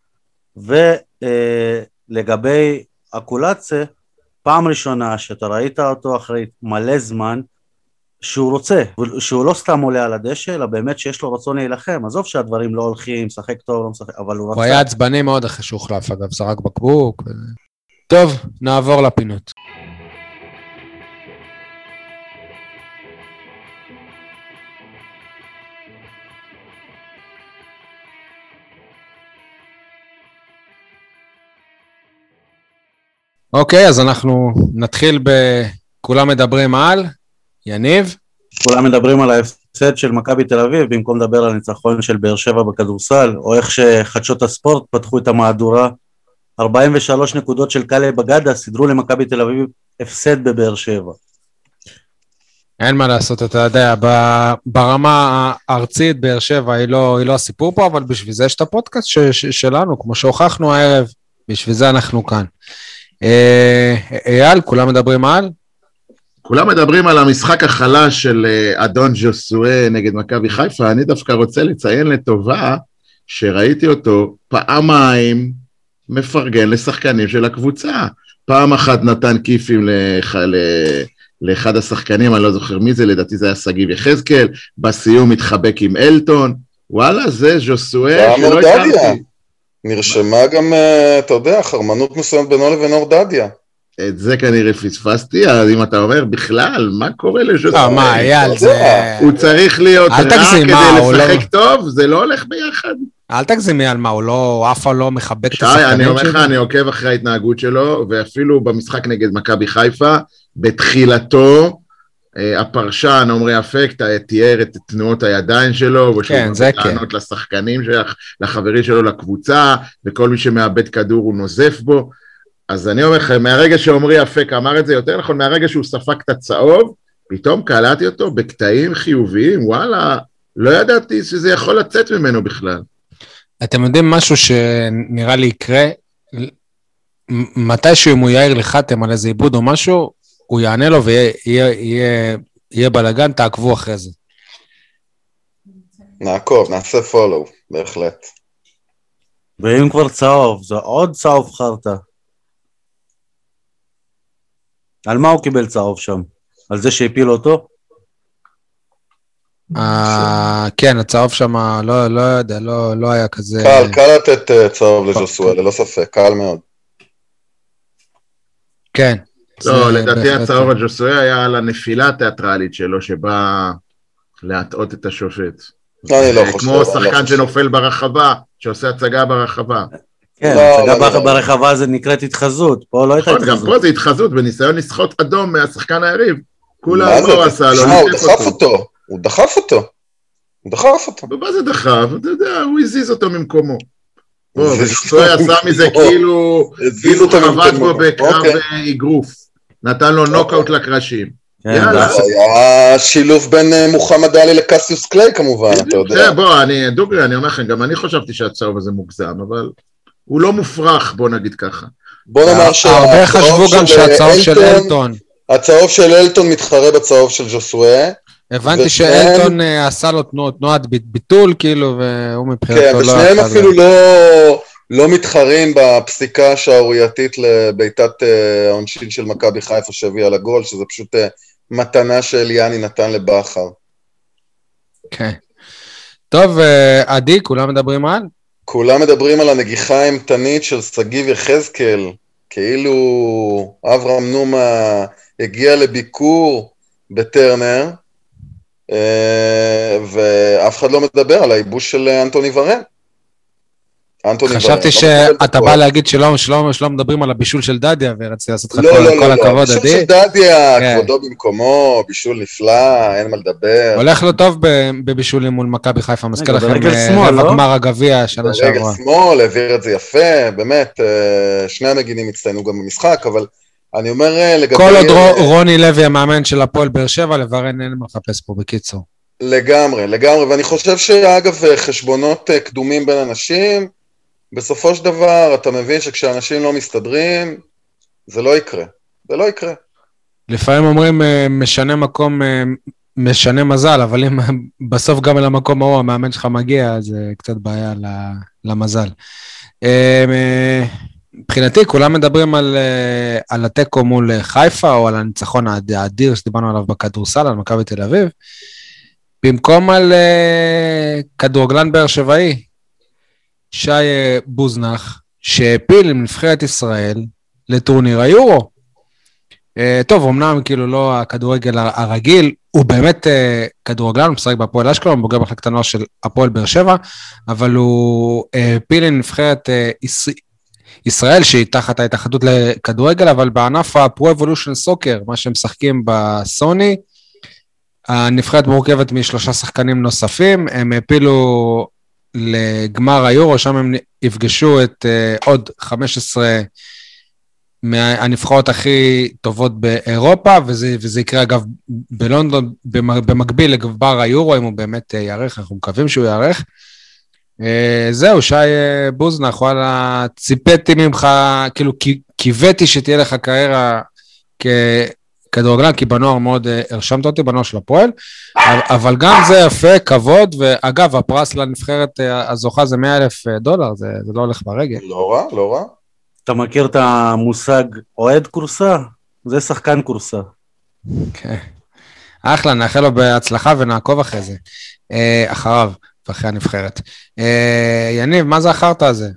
ולגבי uh, אקולציה, פעם ראשונה שאתה ראית אותו אחרי מלא זמן, שהוא רוצה, שהוא לא סתם עולה על הדשא, אלא באמת שיש לו רצון להילחם, עזוב שהדברים לא הולכים, משחק טוב, לא משחק, אבל הוא רצה. הוא היה עצבני מאוד אחרי שהוא חלף, אגב, זרק בקבוק. טוב, נעבור לפינות. אוקיי, אז אנחנו נתחיל בכולם מדברים על, יניב. כולם מדברים על ההפסד של מכבי תל אביב, במקום לדבר על ניצחון של באר שבע בכדורסל, או איך שחדשות הספורט פתחו את המהדורה, ארבעים ושלוש נקודות של קאלה בגדה, סידרו למכבי תל אביב הפסד בבאר שבע. אין מה לעשות, אתה יודע, ברמה הארצית באר שבע היא לא, היא לא הסיפור פה, אבל בשביל זה יש את הפודקאסט ש, ש, שלנו, כמו שהוכחנו הערב, בשביל זה אנחנו כאן. אייל, כולם מדברים על? כולם מדברים על המשחק החלש של אדון ג'וסואה נגד מכבי חיפה, אני דווקא רוצה לציין לטובה, שראיתי אותו פעמיים מפרגן לשחקנים של הקבוצה, פעם אחת נתן כיפים לח... לאחד השחקנים, אני לא זוכר מי זה, לדעתי זה היה סגיב יחזקאל, בסיום התחבק עם אלטון, וואלה זה ג'וסואה שלא הכרתי. נרשמה גם, אתה יודע, חרמנות מסוימת בינו לבין אורדדיה. את זה כנראה פספסתי, אז אם אתה אומר בכלל, מה קורה לג'וסואה? לא, מה, אייל, זה... הוא צריך להיות רע כדי לשחק טוב, זה לא הולך ביחד. אל תגזימי על מה, הוא לא, אף לא מחבק את השחקנים שלו. אני אומר לך, אני עוקב אחרי ההתנהגות שלו, ואפילו במשחק נגד מכבי חיפה, בתחילתו, הפרשן, עומרי אפקט, תיאר את תנועות הידיים שלו, כן, זה כן. לענות לשחקנים, לחברים שלו לקבוצה, וכל מי שמאבד כדור הוא נוזף בו. אז אני אומר לכם, מהרגע שעומרי אפק אמר את זה יותר נכון, מהרגע שהוא ספק את הצהוב, פתאום קלטתי אותו בקטעים חיוביים, וואלה, לא ידעתי שזה יכול לצאת ממנו בכלל. אתם יודעים משהו שנראה לי יקרה, מתישהו אם הוא יאיר לחתם על איזה עיבוד או משהו, הוא יענה לו ויהיה בלגן, תעקבו אחרי זה. נעקוב, נעשה פולו, בהחלט. ואם כבר צהוב, זה עוד צהוב חרטה. על מה הוא קיבל צהוב שם? על זה שהפיל אותו? כן, הצהוב שם, לא יודע, לא היה כזה... קל, קל לתת צהוב לג'וסואל, ללא ספק, קל מאוד. כן. לא, לדעתי הצהוב לג'וסואל היה על הנפילה התיאטרלית שלו, שבא להטעות את השופט. אני לא חושב. כמו שחקן שנופל ברחבה, שעושה הצגה ברחבה. כן, הצגה ברחבה זה נקראת התחזות, פה לא הייתה התחזות. גם פה זה התחזות, בניסיון לסחוט אדום מהשחקן היריב. כולה לא עשה, לא הוא דחף אותו, הוא דחף אותו. הוא דחף אותו. ומה זה דחף? אתה יודע, הוא הזיז אותו ממקומו. וג'וסואל עשה מזה כאילו, כאילו חבט בו בקרב אגרוף. נתן לו נוקאוט לקרשים. היה שילוב בין מוחמד עלי לקסיוס קליי כמובן, אתה יודע. בוא, דוגרי, אני אומר לכם, גם אני חשבתי שהצהוב הזה מוגזם, אבל הוא לא מופרך, בוא נגיד ככה. בוא נאמר הרבה חשבו גם שהצהוב של אלטון. הצהוב של אלטון מתחרה בצהוב של ג'וסואל. הבנתי שאלטון עשה לו תנועת ביטול, כאילו, והוא מבחינתו לא... כן, ושניהם אפילו לא מתחרים בפסיקה השערורייתית לביתת העונשין של מכבי חיפה שהביאה לגול, שזה פשוט מתנה שאליאני נתן לבחר. כן. טוב, עדי, כולם מדברים על? כולם מדברים על הנגיחה האימתנית של סגיב יחזקאל, כאילו אברהם נומה הגיע לביקור בטרנר, ואף אחד לא מדבר על הייבוש של אנטוני ורן. חשבתי שאתה בא להגיד שלא מדברים על הבישול של דדיה, ורציתי לעשות לך כל הכבוד, עדי. בישול של דדיה, כבודו במקומו, בישול נפלא, אין מה לדבר. הולך לו טוב בבישולים מול מכבי חיפה, מזכיר לכם רבע גמר הגביע שנה שעברה. ברגל שמאל, העביר את זה יפה, באמת, שני המגינים הצטיינו גם במשחק, אבל אני אומר לגבי... כל עוד רוני לוי המאמן של הפועל באר שבע, לברן אין מה לחפש פה בקיצור. לגמרי, לגמרי, ואני חושב שאגב חשבונות קדומים בין אנשים, בסופו של דבר אתה מבין שכשאנשים לא מסתדרים, זה לא יקרה, זה לא יקרה. לפעמים אומרים משנה מקום, משנה מזל, אבל אם בסוף גם למקום ההוא המאמן שלך מגיע, אז זה קצת בעיה למזל. מבחינתי, כולם מדברים על, על הטקו מול חיפה, או על הניצחון האדיר שדיברנו עליו בכדורסל, על מכבי תל אביב, במקום על כדורגלן באר שבעי, שי בוזנח, שהפיל עם נבחרת ישראל לטורניר היורו. טוב, אמנם כאילו לא הכדורגל הרגיל, הוא באמת כדורגלן, הוא משחק בהפועל אשקלון, בוגר מחלקת הנוער של הפועל באר שבע, אבל הוא פיל עם נבחרת ישראל, שהיא תחת ההתאחדות לכדורגל, אבל בענף הפרו אבולושן סוקר, מה שהם משחקים בסוני, הנבחרת מורכבת משלושה שחקנים נוספים, הם הפילו לגמר היורו, שם הם יפגשו את uh, עוד חמש עשרה מהנבחרות הכי טובות באירופה, וזה, וזה יקרה אגב בלונדון, במקביל לגמר היורו, אם הוא באמת uh, יערך, אנחנו מקווים שהוא יערך. Uh, זהו, שי uh, בוזנח, וואלה, ציפיתי ממך, כאילו קיוויתי שתהיה לך קריירה כ... כדורגלן, כי בנוער מאוד הרשמת אותי, בנוער של הפועל, אבל גם זה יפה, כבוד, ואגב, הפרס לנבחרת הזוכה זה מאה אלף דולר, זה, זה לא הולך ברגל. לא רע, לא רע. אתה מכיר את המושג אוהד קורסה? זה שחקן קורסה. כן. אחלה, נאחל לו בהצלחה ונעקוב אחרי זה, אחריו, ואחרי הנבחרת. יניב, מה זה אחרת הזה?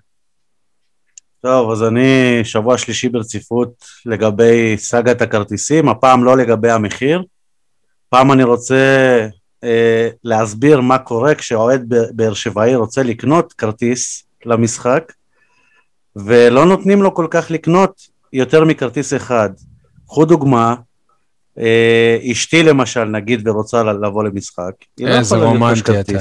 טוב, אז אני שבוע שלישי ברציפות לגבי סגת הכרטיסים, הפעם לא לגבי המחיר, פעם אני רוצה אה, להסביר מה קורה כשאוהד באר שבעי רוצה לקנות כרטיס למשחק, ולא נותנים לו כל כך לקנות יותר מכרטיס אחד. קחו דוגמה, אה, אשתי למשל נגיד ורוצה לבוא למשחק, איזה רומנטי אתה.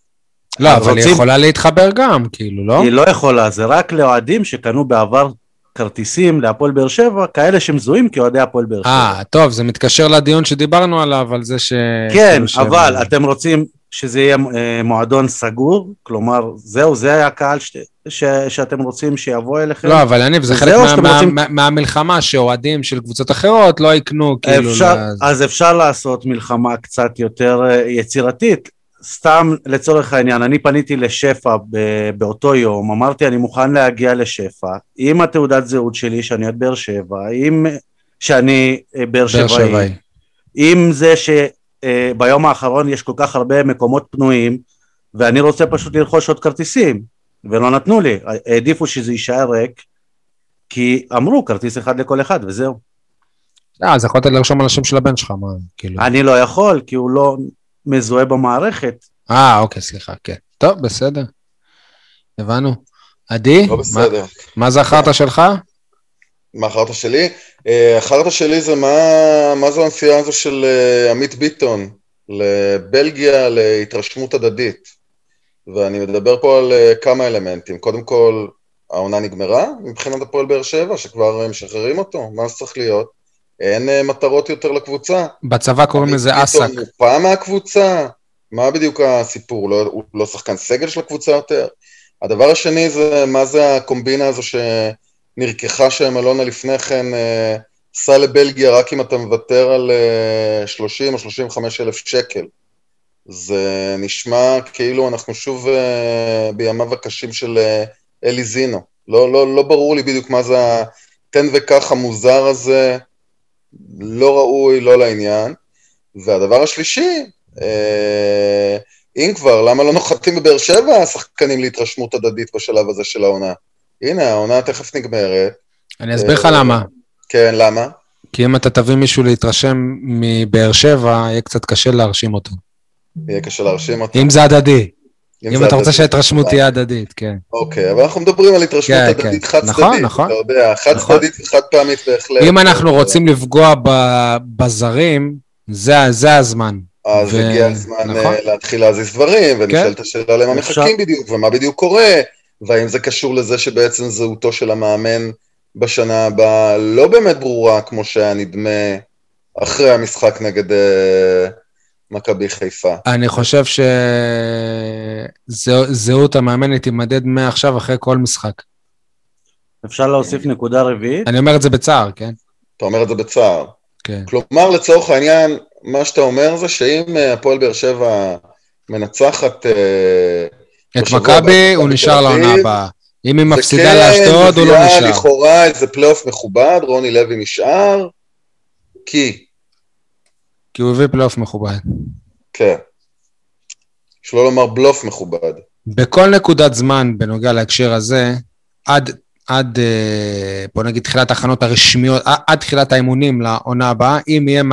לא, אבל רוצים... היא יכולה להתחבר גם, כאילו, לא? היא לא יכולה, זה רק לאוהדים שקנו בעבר כרטיסים להפועל באר שבע, כאלה שמזוהים כאוהדי הפועל באר שבע. אה, טוב, זה מתקשר לדיון שדיברנו עליו, על זה ש... כן, אבל אתם רוצים שזה יהיה מועדון סגור, כלומר, זהו, זה היה הקהל ש... ש... שאתם רוצים שיבוא אליכם. לא, אבל יניב, זה חלק מה... מה... רוצים... מה... מהמלחמה, שאוהדים של קבוצות אחרות לא יקנו, כאילו... אפשר... לה... אז אפשר לעשות מלחמה קצת יותר יצירתית, סתם לצורך העניין, אני פניתי לשפע באותו יום, אמרתי אני מוכן להגיע לשפע, עם התעודת זהות שלי שאני עד באר שבע, עם שאני באר שבעי, עם זה שביום האחרון יש כל כך הרבה מקומות פנויים, ואני רוצה פשוט לרכוש עוד כרטיסים, ולא נתנו לי, העדיפו שזה יישאר ריק, כי אמרו כרטיס אחד לכל אחד, וזהו. אה, אז יכולת לרשום על השם של הבן שלך, מה, כאילו? אני לא יכול, כי הוא לא... מזוהה במערכת. אה, אוקיי, סליחה, כן. טוב, בסדר. הבנו. עדי? לא בסדר. מה, מה זה החרטה שלך? מה החרטה שלי? החרטה שלי זה מה, מה זו הנסיעה הזו של עמית ביטון לבלגיה להתרשמות הדדית. ואני מדבר פה על כמה אלמנטים. קודם כל, העונה נגמרה מבחינת הפועל באר שבע, שכבר משחררים אותו. מה זה צריך להיות? אין מטרות יותר לקבוצה. בצבא קוראים לזה אסק. הוא פעם מהקבוצה? מה בדיוק הסיפור? לא, הוא לא שחקן סגל של הקבוצה יותר? הדבר השני זה, מה זה הקומבינה הזו שנרקחה שם אלונה לפני כן, סע לבלגיה רק אם אתה מוותר על שלושים או שלושים וחמישה אלף שקל. זה נשמע כאילו אנחנו שוב בימיו הקשים של אליזינו. לא, לא, לא ברור לי בדיוק מה זה תן וכך המוזר הזה, לא ראוי, לא לעניין. והדבר השלישי, אה, אם כבר, למה לא נוחתים בבאר שבע השחקנים להתרשמות הדדית בשלב הזה של העונה? הנה, העונה תכף נגמרת. אני אסביר לך למה. כן, למה? כי אם אתה תביא מישהו להתרשם מבאר שבע, יהיה קצת קשה להרשים אותו. יהיה קשה להרשים אותו. אם זה הדדי. אם אתה רוצה שההתרשמות תהיה הדדית, כן. אוקיי, אבל אנחנו מדברים על התרשמות הדדית חד צדדית. נכון, נכון. אתה יודע, חד צדדית וחד פעמית בהחלט. אם אנחנו רוצים לפגוע בזרים, זה הזמן. אז הגיע הזמן להתחיל להזיז דברים, ונשאלת השאלה למה מחכים בדיוק, ומה בדיוק קורה, והאם זה קשור לזה שבעצם זהותו של המאמן בשנה הבאה לא באמת ברורה, כמו שהיה נדמה אחרי המשחק נגד מכבי חיפה. אני חושב שזהות המאמן תימדד מעכשיו אחרי כל משחק. אפשר להוסיף נקודה רביעית? אני אומר את זה בצער, כן? אתה אומר את זה בצער. כן. כלומר, לצורך העניין, מה שאתה אומר זה שאם הפועל באר שבע מנצחת את מכבי, הוא נשאר לעונה הבאה. אם היא מפסידה לאשדוד, הוא לא נשאר. זה כן, לכאורה איזה פלייאוף מכובד, רוני לוי נשאר, כי... כי הוא הביא פלייאוף מכובד. כן. שלא לומר בלוף מכובד. בכל נקודת זמן, בנוגע להקשר הזה, עד... עד, בוא נגיד, תחילת ההכנות הרשמיות, עד תחילת האימונים לעונה הבאה, אם יהיה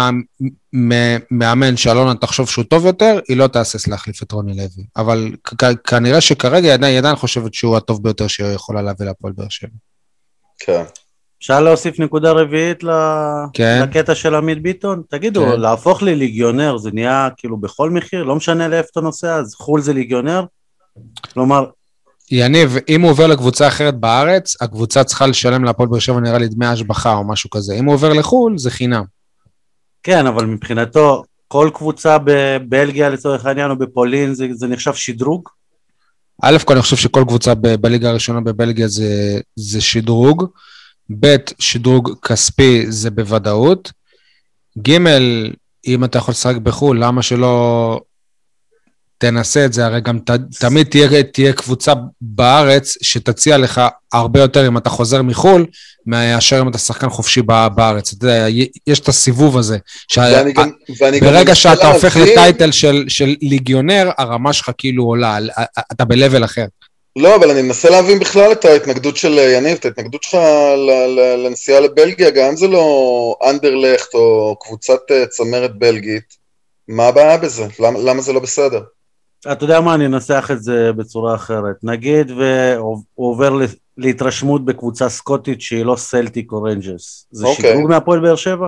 מאמן שאלונה תחשוב שהוא טוב יותר, היא לא תעשס להחליף את רוני לוי. אבל כנראה שכרגע היא עדיין חושבת שהוא הטוב ביותר שהיא יכולה להביא לפועל באר שבע. כן. אפשר להוסיף נקודה רביעית לקטע של עמית ביטון? תגידו, להפוך לי ליגיונר, זה נהיה כאילו בכל מחיר, לא משנה לאיפה אתה נוסע, אז חול זה ליגיונר? כלומר... יניב, אם הוא עובר לקבוצה אחרת בארץ, הקבוצה צריכה לשלם להפועל באר שבע נראה לי דמי השבחה או משהו כזה. אם הוא עובר לחול, זה חינם. כן, אבל מבחינתו, כל קבוצה בבלגיה לצורך העניין או בפולין, זה, זה נחשב שדרוג? א', אני חושב שכל קבוצה ב- בליגה הראשונה בבלגיה זה, זה שדרוג. ב', שדרוג כספי זה בוודאות. ג', אם אתה יכול לשחק בחול, למה שלא... תנסה את זה, הרי גם ת, תמיד תהיה, תהיה קבוצה בארץ שתציע לך הרבה יותר אם אתה חוזר מחול, מאשר אם אתה שחקן חופשי בארץ. אתה יודע, יש את הסיבוב הזה, ואני גם, ואני ברגע שאתה הופך לטייטל של, של ליגיונר, הרמה שלך כאילו עולה, אתה בלבל אחר. לא, אבל אני מנסה להבין בכלל את ההתנגדות של יניב, את ההתנגדות שלך לנסיעה לבלגיה, גם זה לא אנדרלכט או קבוצת צמרת בלגית, מה הבעיה בזה? למה, למה זה לא בסדר? אתה יודע מה, אני אנסח את זה בצורה אחרת. נגיד והוא עובר להתרשמות בקבוצה סקוטית שהיא לא סלטיק או רנג'רס. זה okay. שדרוג מהפועל באר שבע?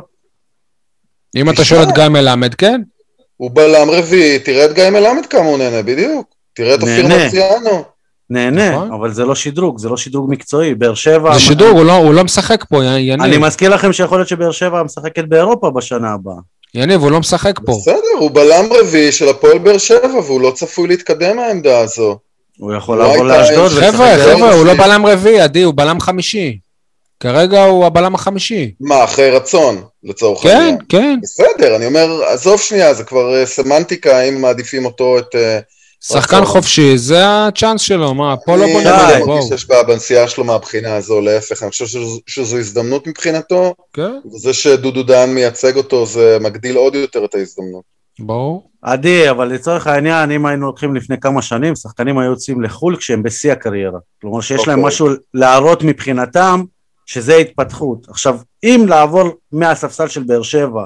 אם אתה שואל את גיא מלמד, כן? הוא בלם רביעי, תראה את גיא מלמד כמה הוא נהנה, בדיוק. תראה את אופיר מרציאנו. נהנה, נכון. אבל זה לא שדרוג, זה לא שדרוג מקצועי. באר שבע... זה שדרוג, הוא לא, הוא לא משחק פה, יניב. אני מזכיר לכם שיכול להיות שבאר שבע משחקת באירופה בשנה הבאה. יניב, הוא לא משחק פה. בסדר, הוא בלם רביעי של הפועל באר שבע, והוא לא צפוי להתקדם מהעמדה הזו. הוא יכול לעבור לאשדוד ולשחק חבר'ה, באירופה. חבר'ה, הוא לא בלם רביעי, עדי, הוא בלם חמישי. כרגע הוא הבלם החמישי. מה, אחרי רצון, לצורך כן, העניין? כן. בסדר, אני אומר, עזוב שנייה, זה כבר סמנטיקה, האם מעדיפים אותו את... שחקן חופשי, זה הצ'אנס שלו, מה, פה לא בוא נראה, נראה, בואו. אני מרגיש שיש בנסיעה שלו מהבחינה הזו, להפך, אני חושב שזו הזדמנות מבחינתו, וזה שדודו דהן מייצג אותו, זה מגדיל עוד יותר את ההזדמנות. בואו. עדי, אבל לצורך העניין, אם היינו הולכים לפני כמה שנים, שחקנים היו יוצאים לחול כשהם בשיא הקריירה. כלומר שיש להם משהו להראות מבחינתם, שזה התפתחות. עכשיו, אם לעבור מהספסל של באר שבע,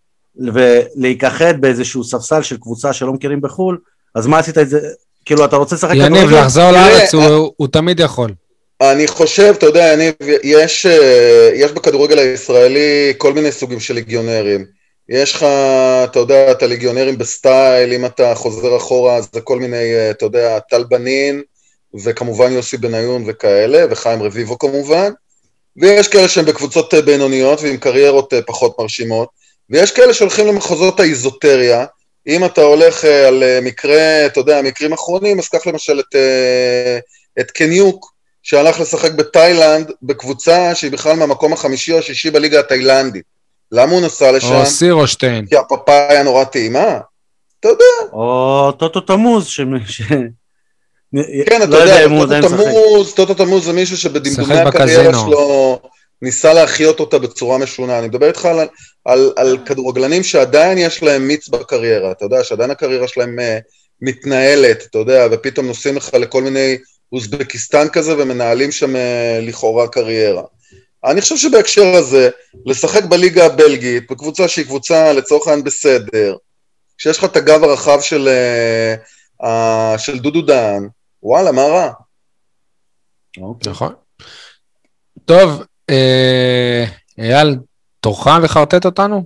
ולהיכחד באיזשהו ספסל של קבוצה שלא מכירים בחול, אז מה עשית את זה? כאילו, אתה רוצה לשחק... יניב, לחזור לארץ, הוא תמיד יכול. אני חושב, אתה יודע, יניב, יש בכדורגל הישראלי כל מיני סוגים של ליגיונרים. יש לך, אתה יודע, את הליגיונרים בסטייל, אם אתה חוזר אחורה, זה כל מיני, אתה יודע, טל בנין, וכמובן יוסי בניון וכאלה, וחיים רביבו כמובן, ויש כאלה שהם בקבוצות בינוניות, ועם קריירות פחות מרשימות, ויש כאלה שהולכים למחוזות האיזוטריה, אם אתה הולך על מקרה, אתה יודע, מקרים אחרונים, אז כך למשל את, את קניוק, שהלך לשחק בתאילנד, בקבוצה שהיא בכלל מהמקום החמישי או השישי בליגה התאילנדית. למה הוא נסע לשם? או סירושטיין. כי הפפאיה נורא טעימה, אתה יודע. או טוטו תמוז, ש... כן, אתה יודע, טוטו תמוז, טוטו תמוז זה מישהו שבדמדומי הקריירה שלו ניסה להחיות אותה בצורה משונה. אני מדבר איתך על, על, על כדורגלנים שעדיין יש להם מיץ בקריירה, אתה יודע, שעדיין הקריירה שלהם מתנהלת, אתה יודע, ופתאום נוסעים לך לכל מיני אוזבקיסטן כזה, ומנהלים שם לכאורה קריירה. אני חושב שבהקשר הזה, לשחק בליגה הבלגית, בקבוצה שהיא קבוצה לצורך העניין בסדר, כשיש לך את הגב הרחב של, uh, uh, של דודו דהן, וואלה, מה רע? נכון. טוב, אה, אייל, תורך לחרטט אותנו?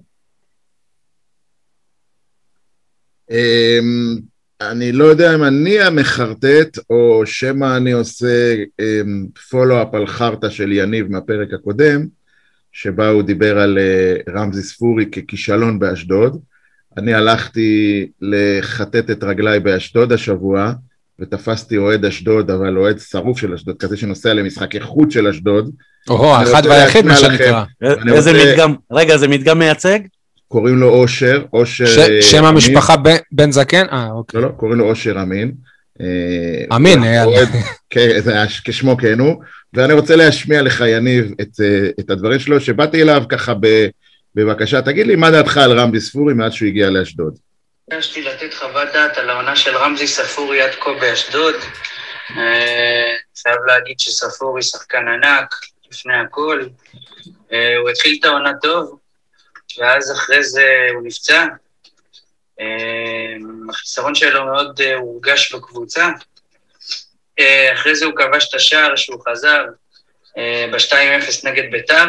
אני לא יודע אם אני המחרטט, או שמה אני עושה פולו-אפ על חרטה של יניב מהפרק הקודם, שבה הוא דיבר על רמזי ספורי ככישלון באשדוד. אני הלכתי לחטט את רגליי באשדוד השבוע, ותפסתי אוהד אשדוד, אבל אוהד שרוף של אשדוד, כזה שנוסע למשחק איכות של אשדוד. או, האחד והיחיד מה שנקרא. איזה מדגם, רגע, זה מדגם מייצג? קוראים לו אושר, אושר... שם המשפחה בן זקן? אה, אוקיי. לא, לא, קוראים לו אושר אמין. אמין, אייל. כשמו כן הוא, ואני רוצה להשמיע לך, יניב, את הדברים שלו, שבאתי אליו ככה בבקשה, תגיד לי, מה דעתך על רמזי ספורי מאז שהוא הגיע לאשדוד? ביקשתי לתת חוות דעת על העונה של רמזי ספורי עד כה באשדוד. חייב להגיד שספורי שחקן ענק, לפני הכל. הוא התחיל את העונה טוב, ואז אחרי זה הוא נפצע. החיסרון שלו מאוד הורגש בקבוצה. אחרי זה הוא כבש את השער שהוא חזר ב-שתיים אפס נגד ביתר,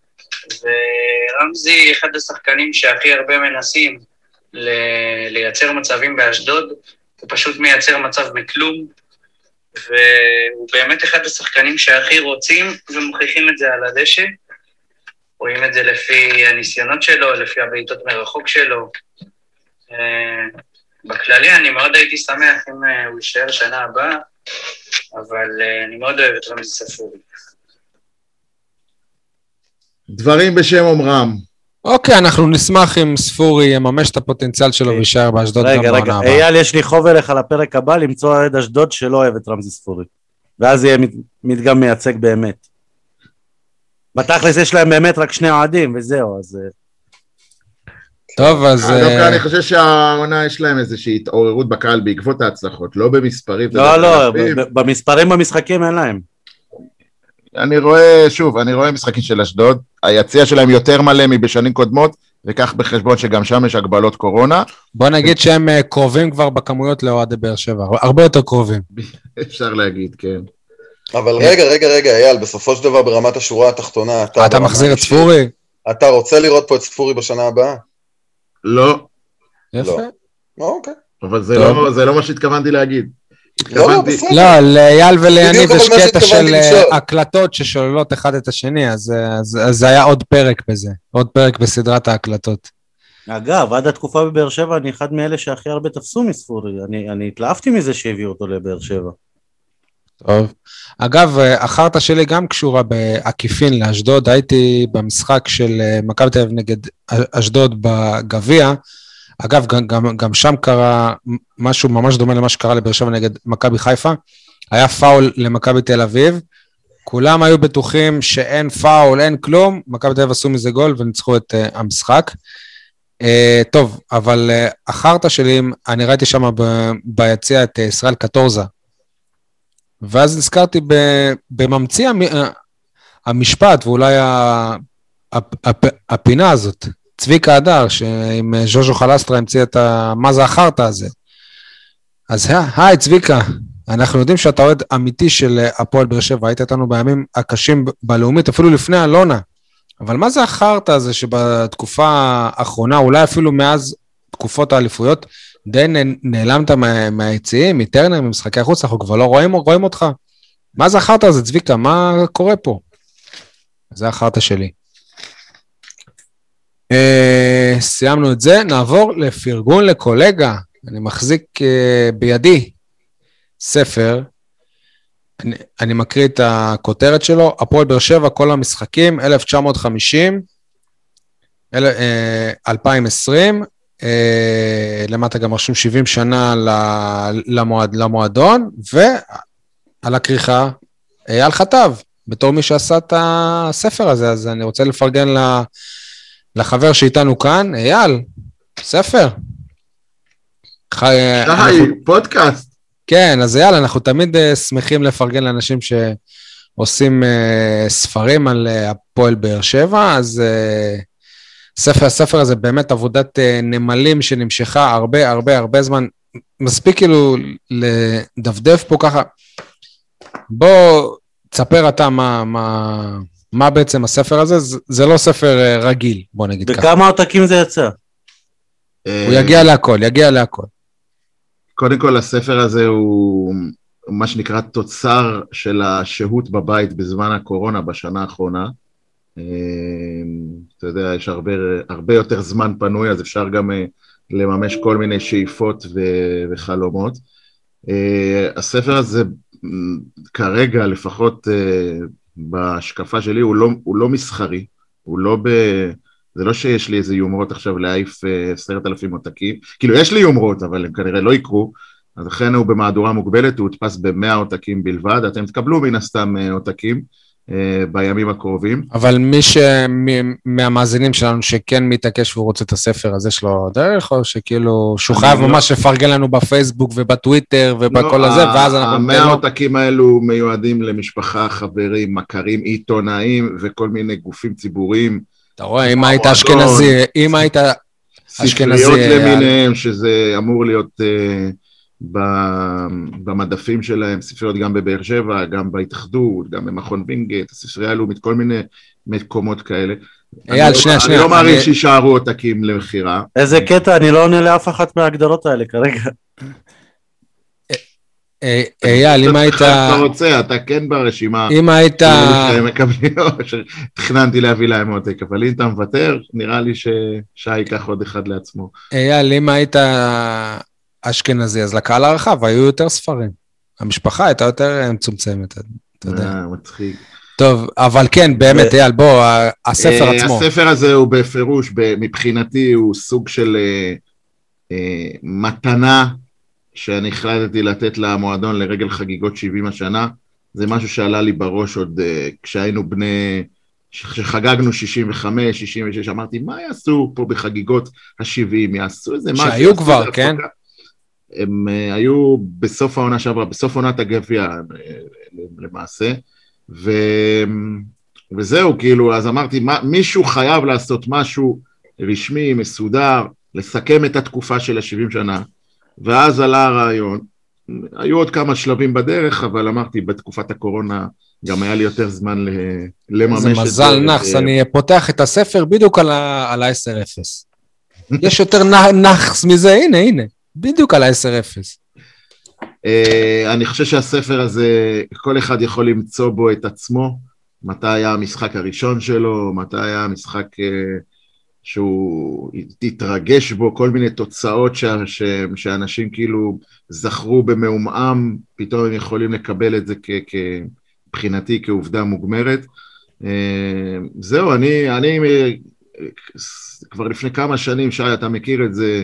ורמזי אחד השחקנים שהכי הרבה מנסים לייצר מצבים באשדוד, הוא פשוט מייצר מצב מכלום, והוא באמת אחד השחקנים שהכי רוצים ומוכיחים את זה על הדשא. רואים את זה לפי הניסיונות שלו, לפי הבעיטות מרחוק שלו. בכללי אני מאוד הייתי שמח אם הוא יישאר שנה הבאה, אבל אני מאוד אוהב את רמזי ספורי. דברים בשם אומרם. אוקיי, אנחנו נשמח אם ספורי יממש את הפוטנציאל שלו וישאר באשדוד גם בעונה הבאה. רגע, רגע, אייל, יש לי חוב אליך לפרק הבא למצוא אוהד אשדוד שלא אוהב את רמזי ספורי. ואז יהיה מדגם מייצג באמת. בתכלס יש להם באמת רק שני אוהדים, וזהו, אז... טוב, אז... אני חושב שהעונה יש להם איזושהי התעוררות בקהל בעקבות ההצלחות, לא במספרים. לא, לא, במספרים במשחקים אין להם. אני רואה, שוב, אני רואה משחקים של אשדוד, היציע שלהם יותר מלא מבשנים קודמות, וכך בחשבון שגם שם יש הגבלות קורונה. בוא נגיד שהם קרובים כבר בכמויות לאוהדי באר שבע, הרבה יותר קרובים. אפשר להגיד, כן. אבל רגע, רגע, רגע, אייל, בסופו של דבר ברמת השורה התחתונה, אתה מחזיר את ספורי? אתה רוצה לראות פה את ספורי בשנה הבאה? לא. יפה. אוקיי. אבל זה לא מה שהתכוונתי להגיד. לא, לא, בסדר. לא, לאייל וליניב בדיוק יש אבל מה קטע של שהתכוונתי לשאול. הקלטות ששוללות אחד את השני, אז אז- אז זה היה עוד פרק בזה, עוד פרק בסדרת ההקלטות. אגב, עד התקופה בבאר שבע, אני אחד מאלה שהכי הרבה תפסו מספורי, אני, אני התלהבתי מזה שהביאו אותו לבאר שבע. טוב. אגב, החרטה שלי גם קשורה בעקיפין לאשדוד, הייתי במשחק של מכבי תל אביב נגד אשדוד בגביע, אגב, גם, גם, גם שם קרה משהו ממש דומה למה שקרה לבאר שבע נגד מכבי חיפה, היה פאול למכבי תל אביב, כולם היו בטוחים שאין פאול, אין כלום, מכבי תל אביב עשו מזה גול וניצחו את uh, המשחק. Uh, טוב, אבל uh, החרטה שלי, אני ראיתי שם ב- ביציע את uh, ישראל קטורזה, ואז נזכרתי ב- בממציא המ- המשפט, ואולי ה- הפ- הפ- הפינה הזאת, צביקה הדר, שעם ז'וז'ו חלסטרה המציא את ה... מה זה החרטה הזה. אז היי צביקה, אנחנו יודעים שאתה אוהד אמיתי של הפועל באר שבע, היית איתנו בימים הקשים בלאומית, אפילו לפני אלונה, אבל מה זה החרטה הזה שבתקופה האחרונה, אולי אפילו מאז תקופות האליפויות, די נעלמת מהיציעים, מטרנר, ממשחקי החוץ, אנחנו כבר לא רואים, רואים אותך. מה זה החרטה הזה צביקה, מה קורה פה? זה החרטה שלי. Uh, סיימנו את זה, נעבור לפרגון לקולגה, אני מחזיק uh, בידי ספר, אני, אני מקריא את הכותרת שלו, הפועל באר שבע, כל המשחקים, אלף תשע מאות וחמישים, אל, uh, אלפיים ועשרים, uh, למטה גם רשום שבעים שנה למועד, למועדון, ועל הכריכה, אייל חטב, בתור מי שעשה את הספר הזה, אז אני רוצה לפרגן ל... לחבר שאיתנו כאן, אייל, ספר. שי, פודקאסט. כן, אז אייל, אנחנו תמיד שמחים לפרגן לאנשים שעושים ספרים על הפועל באר שבע, אז ספר, הספר הזה באמת עבודת נמלים שנמשכה הרבה, הרבה, הרבה זמן, מספיק כאילו לדפדף פה ככה. בוא, תספר אתה מה... מה... מה בעצם הספר הזה? זה, זה לא ספר רגיל, בוא נגיד ככה. בכמה עותקים זה יצא? הוא יגיע להכל, יגיע להכל. קודם כל, הספר הזה הוא מה שנקרא תוצר של השהות בבית בזמן הקורונה בשנה האחרונה. אתה יודע, יש הרבה, הרבה יותר זמן פנוי, אז אפשר גם לממש כל מיני שאיפות וחלומות. הספר הזה כרגע, לפחות בהשקפה שלי, הוא לא, הוא לא מסחרי, הוא לא ב... זה לא שיש לי איזה יומרות עכשיו להעיף עשרת אלפים עותקים, כאילו יש לי יומרות, אבל הם כנראה לא יקרו, אז לכן הוא במהדורה מוגבלת, הוא הודפס במאה עותקים בלבד, אתם תקבלו מן הסתם עותקים בימים הקרובים. אבל מי ש... מהמאזינים שלנו שכן מתעקש והוא רוצה את הספר, אז יש לו דרך, או שכאילו שהוא חייב ממש לפרגן לנו בפייסבוק ובטוויטר ובכל הזה, ואז אנחנו... המאה עותקים האלו מיועדים למשפחה, חברים, מכרים, עיתונאים וכל מיני גופים ציבוריים. אתה רואה, אם היית אשכנזי, אם היית אשכנזי... ספריות למיניהם, שזה אמור להיות במדפים שלהם, ספריות גם בבאר שבע, גם בהתאחדות, גם במכון וינגייט, הספרייה הלאומית, כל מיני מקומות כאלה. אייל, שנייה, שנייה. אני לא מעריך שישארו עותקים למחירה. איזה קטע, אני לא עונה לאף אחת מההגדרות האלה כרגע. אייל, אם היית... אתה רוצה, אתה כן ברשימה. אם היית... תכננתי להביא להם עותק, אבל אם אתה מוותר, נראה לי ששי ייקח עוד אחד לעצמו. אייל, אם היית אשכנזי, אז לקהל הרחב היו יותר ספרים. המשפחה הייתה יותר מצומצמת, אתה יודע. מצחיק. טוב, אבל כן, באמת, אייל, בוא, הספר עצמו. הספר הזה הוא בפירוש, מבחינתי הוא סוג של מתנה, שאני החלטתי לתת למועדון לרגל חגיגות שבעים השנה, זה משהו שעלה לי בראש עוד uh, כשהיינו בני, שחגגנו שישים וחמש, שישים ושש, אמרתי, מה יעשו פה בחגיגות ה-שבעים? יעשו איזה משהו? שהיו כבר, כן? הם uh, היו בסוף העונה שעברה, בסוף עונת הגביע uh, למעשה, ו... וזהו, כאילו, אז אמרתי, מה, מישהו חייב לעשות משהו רשמי, מסודר, לסכם את התקופה של ה-שבעים שנה, ואז עלה הרעיון, היו עוד כמה שלבים בדרך, אבל אמרתי, בתקופת הקורונה גם היה לי יותר זמן לממש את זה. זה מזל נחס, אני פותח את הספר בדיוק על ה-עשר אפס. יש יותר נחס מזה, הנה, הנה, בדיוק על ה-עשר אפס. אני חושב שהספר הזה, כל אחד יכול למצוא בו את עצמו, מתי היה המשחק הראשון שלו, מתי היה המשחק שהוא תתרגש בו, כל מיני תוצאות שאנשים כאילו זכרו במאומם, פתאום הם יכולים לקבל את זה מבחינתי כעובדה מוגמרת. זהו, אני, אני כבר לפני כמה שנים, שי, אתה מכיר את זה,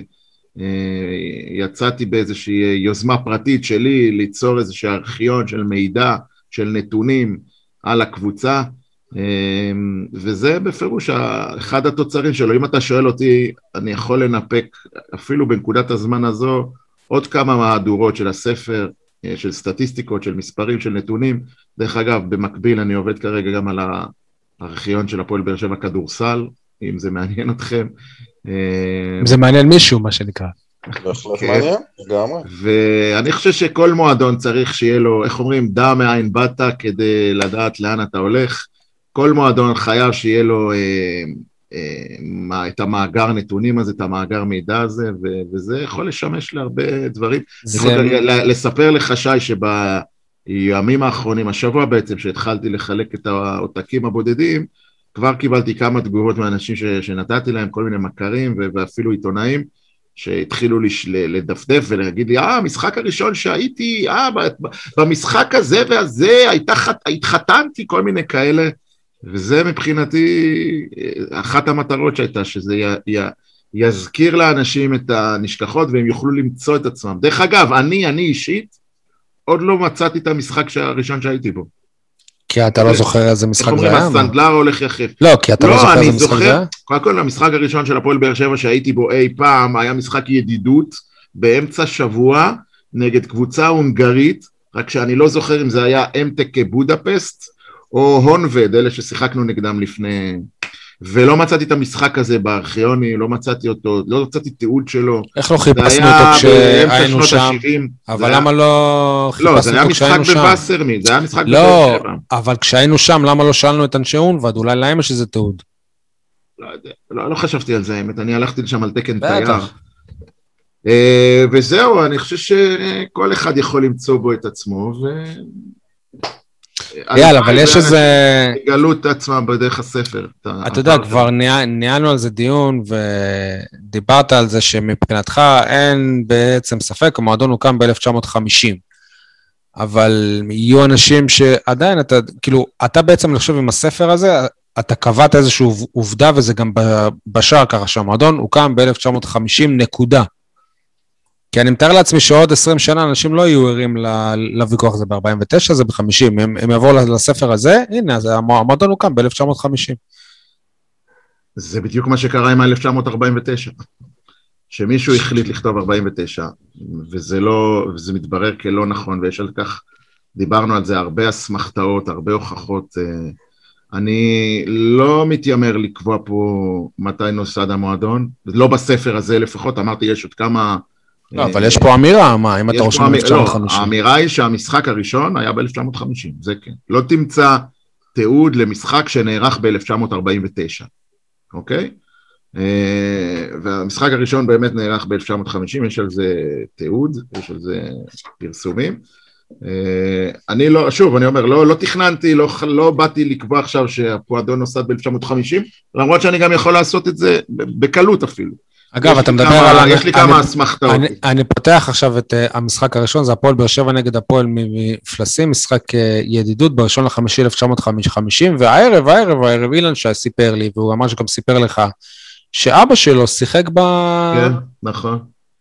יצאתי באיזושהי יוזמה פרטית שלי, ליצור איזושהי ארכיון של מידע, של נתונים על הקבוצה, וזה בפירוש אחד התוצרים שלו. אם אתה שואל אותי, אני יכול לנפק אפילו בנקודת הזמן הזו, עוד כמה מהדורות של הספר, של סטטיסטיקות, של מספרים, של נתונים. דרך אגב, במקביל אני עובד כרגע גם על הארכיון של הפועל באר שבע כדורסל, אם זה מעניין אתכם. אם זה מעניין מישהו, מה שנקרא. בהחלט מעניין, לגמרי. ואני חושב שכל מועדון צריך שיהיה לו, איך אומרים, דע מאין באת כדי לדעת לאן אתה הולך. כל מועדון חייב שיהיה לו אה, אה, את המאגר נתונים הזה, את המאגר מידע הזה, ו- וזה יכול לשמש להרבה דברים. זה... יכול לספר לך, שי, שבימים האחרונים, השבוע בעצם, שהתחלתי לחלק את העותקים הבודדים, כבר קיבלתי כמה תגובות מאנשים ש- שנתתי להם, כל מיני מכרים ו- ואפילו עיתונאים, שהתחילו לש- לדפדף ולהגיד לי, אה, המשחק הראשון שהייתי, אה, במשחק הזה והזה, הייתה, התחתנתי, כל מיני כאלה, וזה מבחינתי אחת המטרות שהייתה, שזה י, י, יזכיר לאנשים את הנשכחות, והם יוכלו למצוא את עצמם. דרך אגב, אני, אני אישית, עוד לא מצאתי את המשחק הראשון שהייתי בו. כי אתה לא זוכר איזה משחק זה היה? הסנדלר הולך יחף. לא, כי אתה לא זוכר איזה משחק זה היה? קודם כל, המשחק הראשון של הפועל באר שבע שהייתי בו אי פעם, היה משחק ידידות, באמצע שבוע, נגד קבוצה הונגרית, רק שאני לא זוכר אם זה היה אמטק בודפסט, או הונבד, אלה ששיחקנו נגדם לפני, ולא מצאתי את המשחק הזה בארכיוני, לא מצאתי אותו, לא מצאתי תיעוד שלו. איך לא חיפשנו אותו כשהיינו שם? אבל למה לא חיפשנו אותו כשהיינו שם? לא, זה היה משחק בבאסרמי, זה היה משחק בבאסרמי. לא, אבל כשהיינו שם, למה לא שאלנו את אנשי אונבד? אולי להם יש איזה תיעוד. לא יודע, לא חשבתי על זה, האמת, אני הלכתי לשם על תקן תייר. וזהו, אני חושב שכל אחד יכול למצוא בו את עצמו, ו... יאללה, אבל יש איזה... גלו את עצמם בדרך הספר. אתה יודע, כבר ניהלנו על זה דיון, ודיברת על זה שמבחינתך אין בעצם ספק, המועדון הוקם ב-אלף תשע מאות וחמישים. אבל יהיו אנשים שעדיין, אתה, כאילו, אתה בעצם, אני חושב, עם הספר הזה, אתה קבעת איזושהי עובדה, וזה גם בשער ככה, שהמועדון הוקם ב-אלף תשע מאות וחמישים, נקודה. כי אני מתאר לעצמי שעוד עשרים שנה אנשים לא יהיו ערים לוויכוח הזה ב-ארבעים ותשע, זה ב-חמישים, הם, הם יבואו לספר הזה, הנה, המועדון הוקם ב-אלף תשע מאות וחמישים. זה בדיוק מה שקרה עם ה-אלף תשע מאות ארבעים ותשע, שמישהו החליט לכתוב ארבעים ותשע, וזה לא, וזה מתברר כלא נכון, ויש על כך, דיברנו על זה, הרבה אסמכתאות, הרבה הוכחות, אני לא מתיימר לקבוע פה מתי נוסד המועדון, לא בספר הזה לפחות, אמרתי, יש עוד כמה... לא, אבל יש פה אמירה, מה, אם אתה רושם ב-אלף תשע מאות וחמישים? לא, האמירה היא שהמשחק הראשון היה ב-אלף תשע מאות וחמישים, זה כן. לא תמצא תיעוד למשחק שנערך ב-אלף תשע מאות ארבעים ותשע, אוקיי? והמשחק הראשון באמת נערך ב-אלף תשע מאות וחמישים, יש על זה תיעוד, יש על זה פרסומים. אני לא, שוב, אני אומר, לא, לא תכננתי, לא, לא באתי לקבוע עכשיו שהמועדון נוסד ב-אלף תשע מאות וחמישים, למרות שאני גם יכול לעשות את זה בקלות אפילו. אגב, אתה מדבר על... יש לי כמה אסמכתאות. אני פותח עכשיו את המשחק הראשון, זה הפועל באר שבע נגד הפועל מפלסים, משחק ידידות בראשון לחמישי אלף תשע מאות וחמישים, והערב, הערב, הערב אילן שסיפר לי, והוא אמר שגם סיפר לך, שאבא שלו שיחק ב... כן, נכון.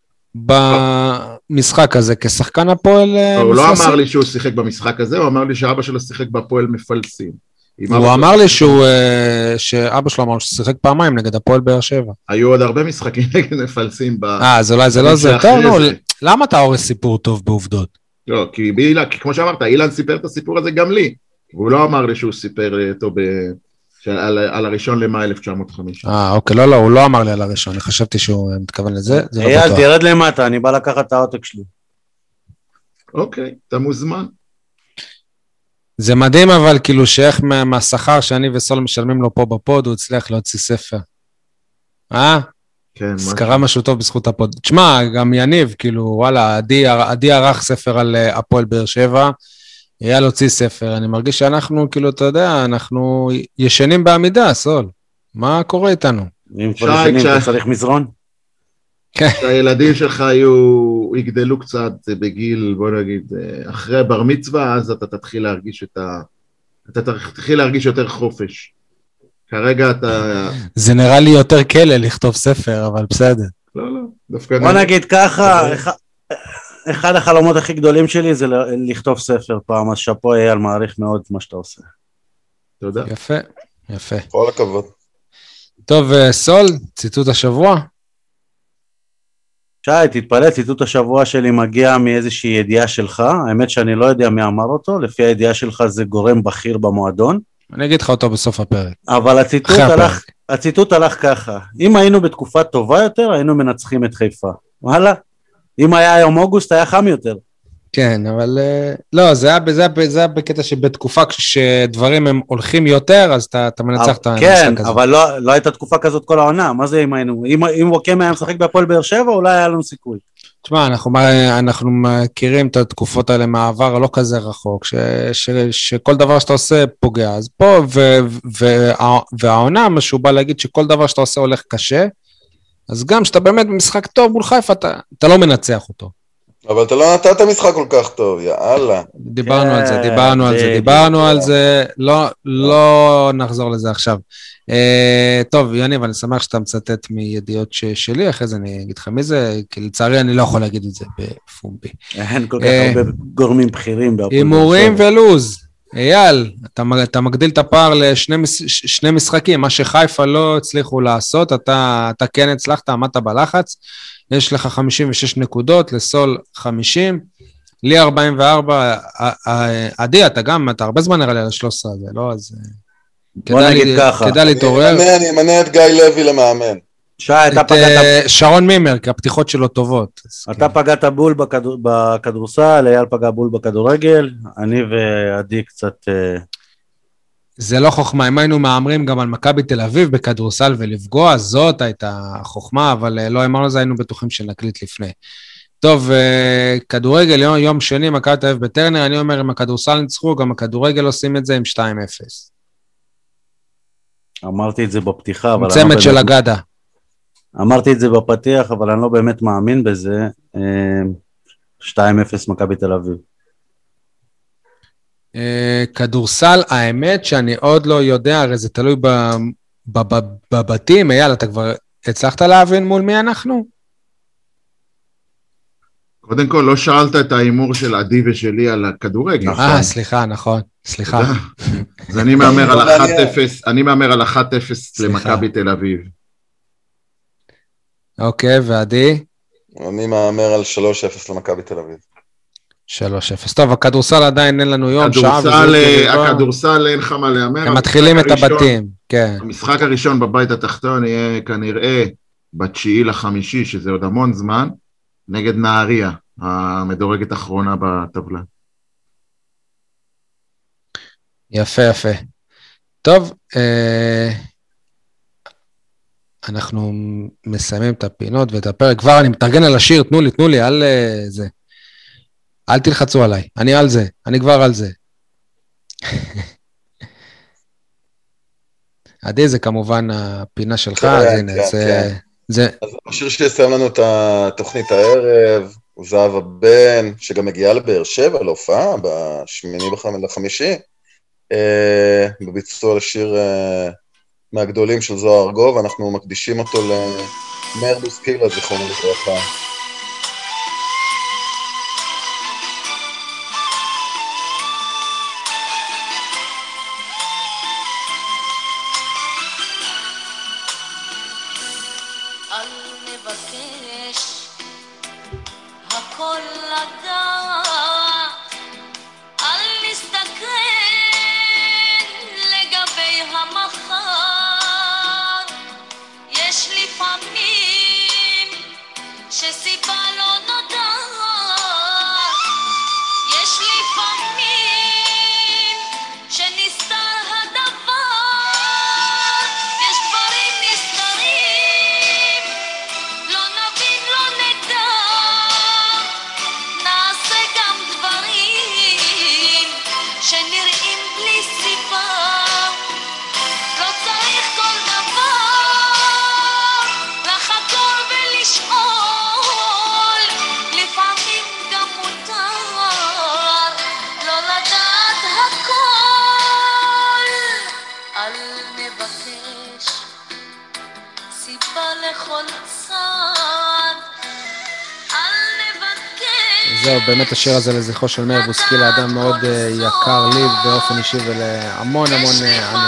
במשחק הזה, כשחקן הפועל מפלסים. הוא לא אמר לי שהוא שיחק במשחק הזה, הוא אמר לי שאבא שלו שיחק בהפועל מפלסים. הוא אמר לי שהוא, שאבא שלו אמר ששיחק פעמיים נגד הפועל באר שבע. היו עוד הרבה משחקים נגד מפלסים. אה, אז אולי זה לא זה. טוב, נו, למה אתה הורס סיפור טוב בעובדות? לא, כי כמו שאמרת, אילן סיפר את הסיפור הזה גם לי, והוא לא אמר לי שהוא סיפר אותו על הראשון למאי אלף תשע מאות וחמישים. אה, אוקיי, לא, לא, הוא לא אמר לי על הראשון, אני חשבתי שהוא מתכוון לזה. אייל, תרד למטה, אני בא לקחת את העותק שלי. אוקיי, אתה מוזמן. זה מדהים, אבל כאילו שאיך מהשכר שאני וסול משלמים לו פה בפוד, הוא הצליח להוציא ספר. אה? כן, אז קרה משהו טוב בזכות הפוד. תשמע, גם יניב, כאילו, וואלה, עדי, עדי ערך ספר על הפועל באר שבע, אייל הוציא ספר, אני מרגיש שאנחנו, כאילו, אתה יודע, אנחנו ישנים בעמידה, סול. מה קורה איתנו? אם כבר ישנים, אתה צריך מזרון? כשהילדים שלך היו, יגדלו קצת בגיל, בוא נגיד, אחרי בר מצווה, אז אתה תתחיל להרגיש את ה... אתה תתחיל להרגיש יותר חופש. כרגע אתה... זה נראה לי יותר כלא לכתוב ספר, אבל בסדר. לא, לא, דווקא... בוא נגיד ככה, אחד החלומות הכי גדולים שלי זה לכתוב ספר פעם, אז שפו אייל מעריך מאוד מה שאתה עושה. תודה. יפה, יפה. כל הכבוד. טוב, סול, ציטוט השבוע? שי, תתפלא, ציטוט השבוע שלי מגיע מאיזושהי ידיעה שלך, האמת שאני לא יודע מי אמר אותו, לפי הידיעה שלך זה גורם בכיר במועדון. אני אגיד לך אותו בסוף הפרק. אבל הציטוט הלך, הציטוט הלך ככה, אם היינו בתקופה טובה יותר, היינו מנצחים את חיפה. וואלה, אם היה היום אוגוסט, היה חם יותר. כן, אבל לא, זה היה, זה היה, זה היה בקטע שבתקופה שדברים הם הולכים יותר, אז אתה, אתה מנצח את המשחק הזה. כן, אבל לא, לא הייתה תקופה כזאת כל העונה, מה זה אם היינו? אם, אם ווקם היה משחק בהפועל באר שבע, אולי היה לנו סיכוי. תשמע, אנחנו, אנחנו מכירים את התקופות האלה מהעבר לא כזה רחוק, ש, ש, שכל דבר שאתה עושה פוגע. אז פה, ו, ו, והעונה, מה שהוא בא להגיד שכל דבר שאתה עושה הולך קשה, אז גם שאתה באמת במשחק טוב מול חיפה, אתה, אתה לא מנצח אותו. אבל אתה לא נתת משחק כל כך טוב, יאללה. דיברנו על זה, דיברנו על זה, דיברנו על זה, לא, לא נחזור לזה עכשיו. טוב, יניב, אני שמח שאתה מצטט מידיעות שלי, אחרי זה אני אגיד לך מי זה, כי לצערי אני לא יכול להגיד את זה בפומבי. אין כל כך הרבה גורמים בכירים. הימורים ולוז. אייל, אתה מגדיל את הפער לשני משחקים, מה שחיפה לא הצליחו לעשות, אתה כן הצלחת, עמדת בלחץ, יש לך חמישים ושש נקודות, לסול חמישים, לי ארבעים וארבע, עדי, אתה גם, אתה הרבה זמן נראה לי על ה-שלוש עשרה הזה, לא? אז כדאי להתעורר. אני אמנה את גיא לוי למאמן. שי, אתה פגעת... שרון מימר, כי הפתיחות שלו טובות. אתה פגעת בול בכדורסל, אייל פגע בול בכדורגל, אני ועדי קצת... זה לא חוכמה, אם היינו מאמרים גם על מכבי תל אביב בכדורסל ולפגוע, זאת הייתה חוכמה, אבל לא אמרנו זה, היינו בטוחים שנקליט לפני. טוב, כדורגל, יום, יום שני, מכבי תל אביב בטרנר, אני אומר, אם הכדורסל ניצחו, גם הכדורגל עושים את זה עם שתיים אפס. אמרתי את זה בפתיחה, אבל... צמד של אגדה. אמרתי את זה בפתיח, אבל אני לא באמת מאמין בזה. שתיים אפס מכבי תל אביב. כדורסל, האמת שאני עוד לא יודע, הרי זה תלוי בבתים, אייל, אתה כבר הצלחת להבין מול מי אנחנו? קודם כל, לא שאלת את האימור של עדי ושלי על הכדורגל. אה, סליחה, נכון, סליחה. אז אני מאמר על אחת אפס, אני מאמר על אחת אפס למכבי תל אביב. אוקיי, ועדי? אני מאמר על שלוש אפס למכבי תל אביב. שלוש אפס. טוב, הכדורסל עדיין אין לנו יום, שעה. הכדורסל אין לך מה להאמר. הם מתחילים את הבתים, כן. המשחק הראשון בבית התחתון יהיה כנראה בתשיעי לחמישי, שזה עוד המון זמן, נגד נהריה, המדורגת האחרונה בטבלה. יפה, יפה. טוב, אנחנו מסיימים את הפינות ואת הפרק. כבר אני מתארגן על השיר, תנו לי, תנו לי, על זה. אל תלחצו עליי, אני על זה, אני כבר על זה. עדי, זה כמובן הפינה שלך, אז הנה, זה... אז השיר שיסיים לנו את התוכנית הערב, הוא זהבה בן, שגם מגיעה לבאר שבע, להופעה, בשמיני לחמישי, בביצוע לשיר מהגדולים של זוהר ארגוב, ואנחנו מקדישים אותו למאיר בוסקילה, זיכרונו לברכה. זהו, באמת השיר הזה לזכרו של מאיר בוסקילה, אדם מאוד יקר לי באופן אישי ולהמון המון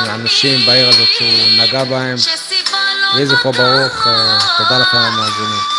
אנשים בעיר הזאת שהוא נגע בהם. יהי זכרו ברוך, תודה לכם המאזינים.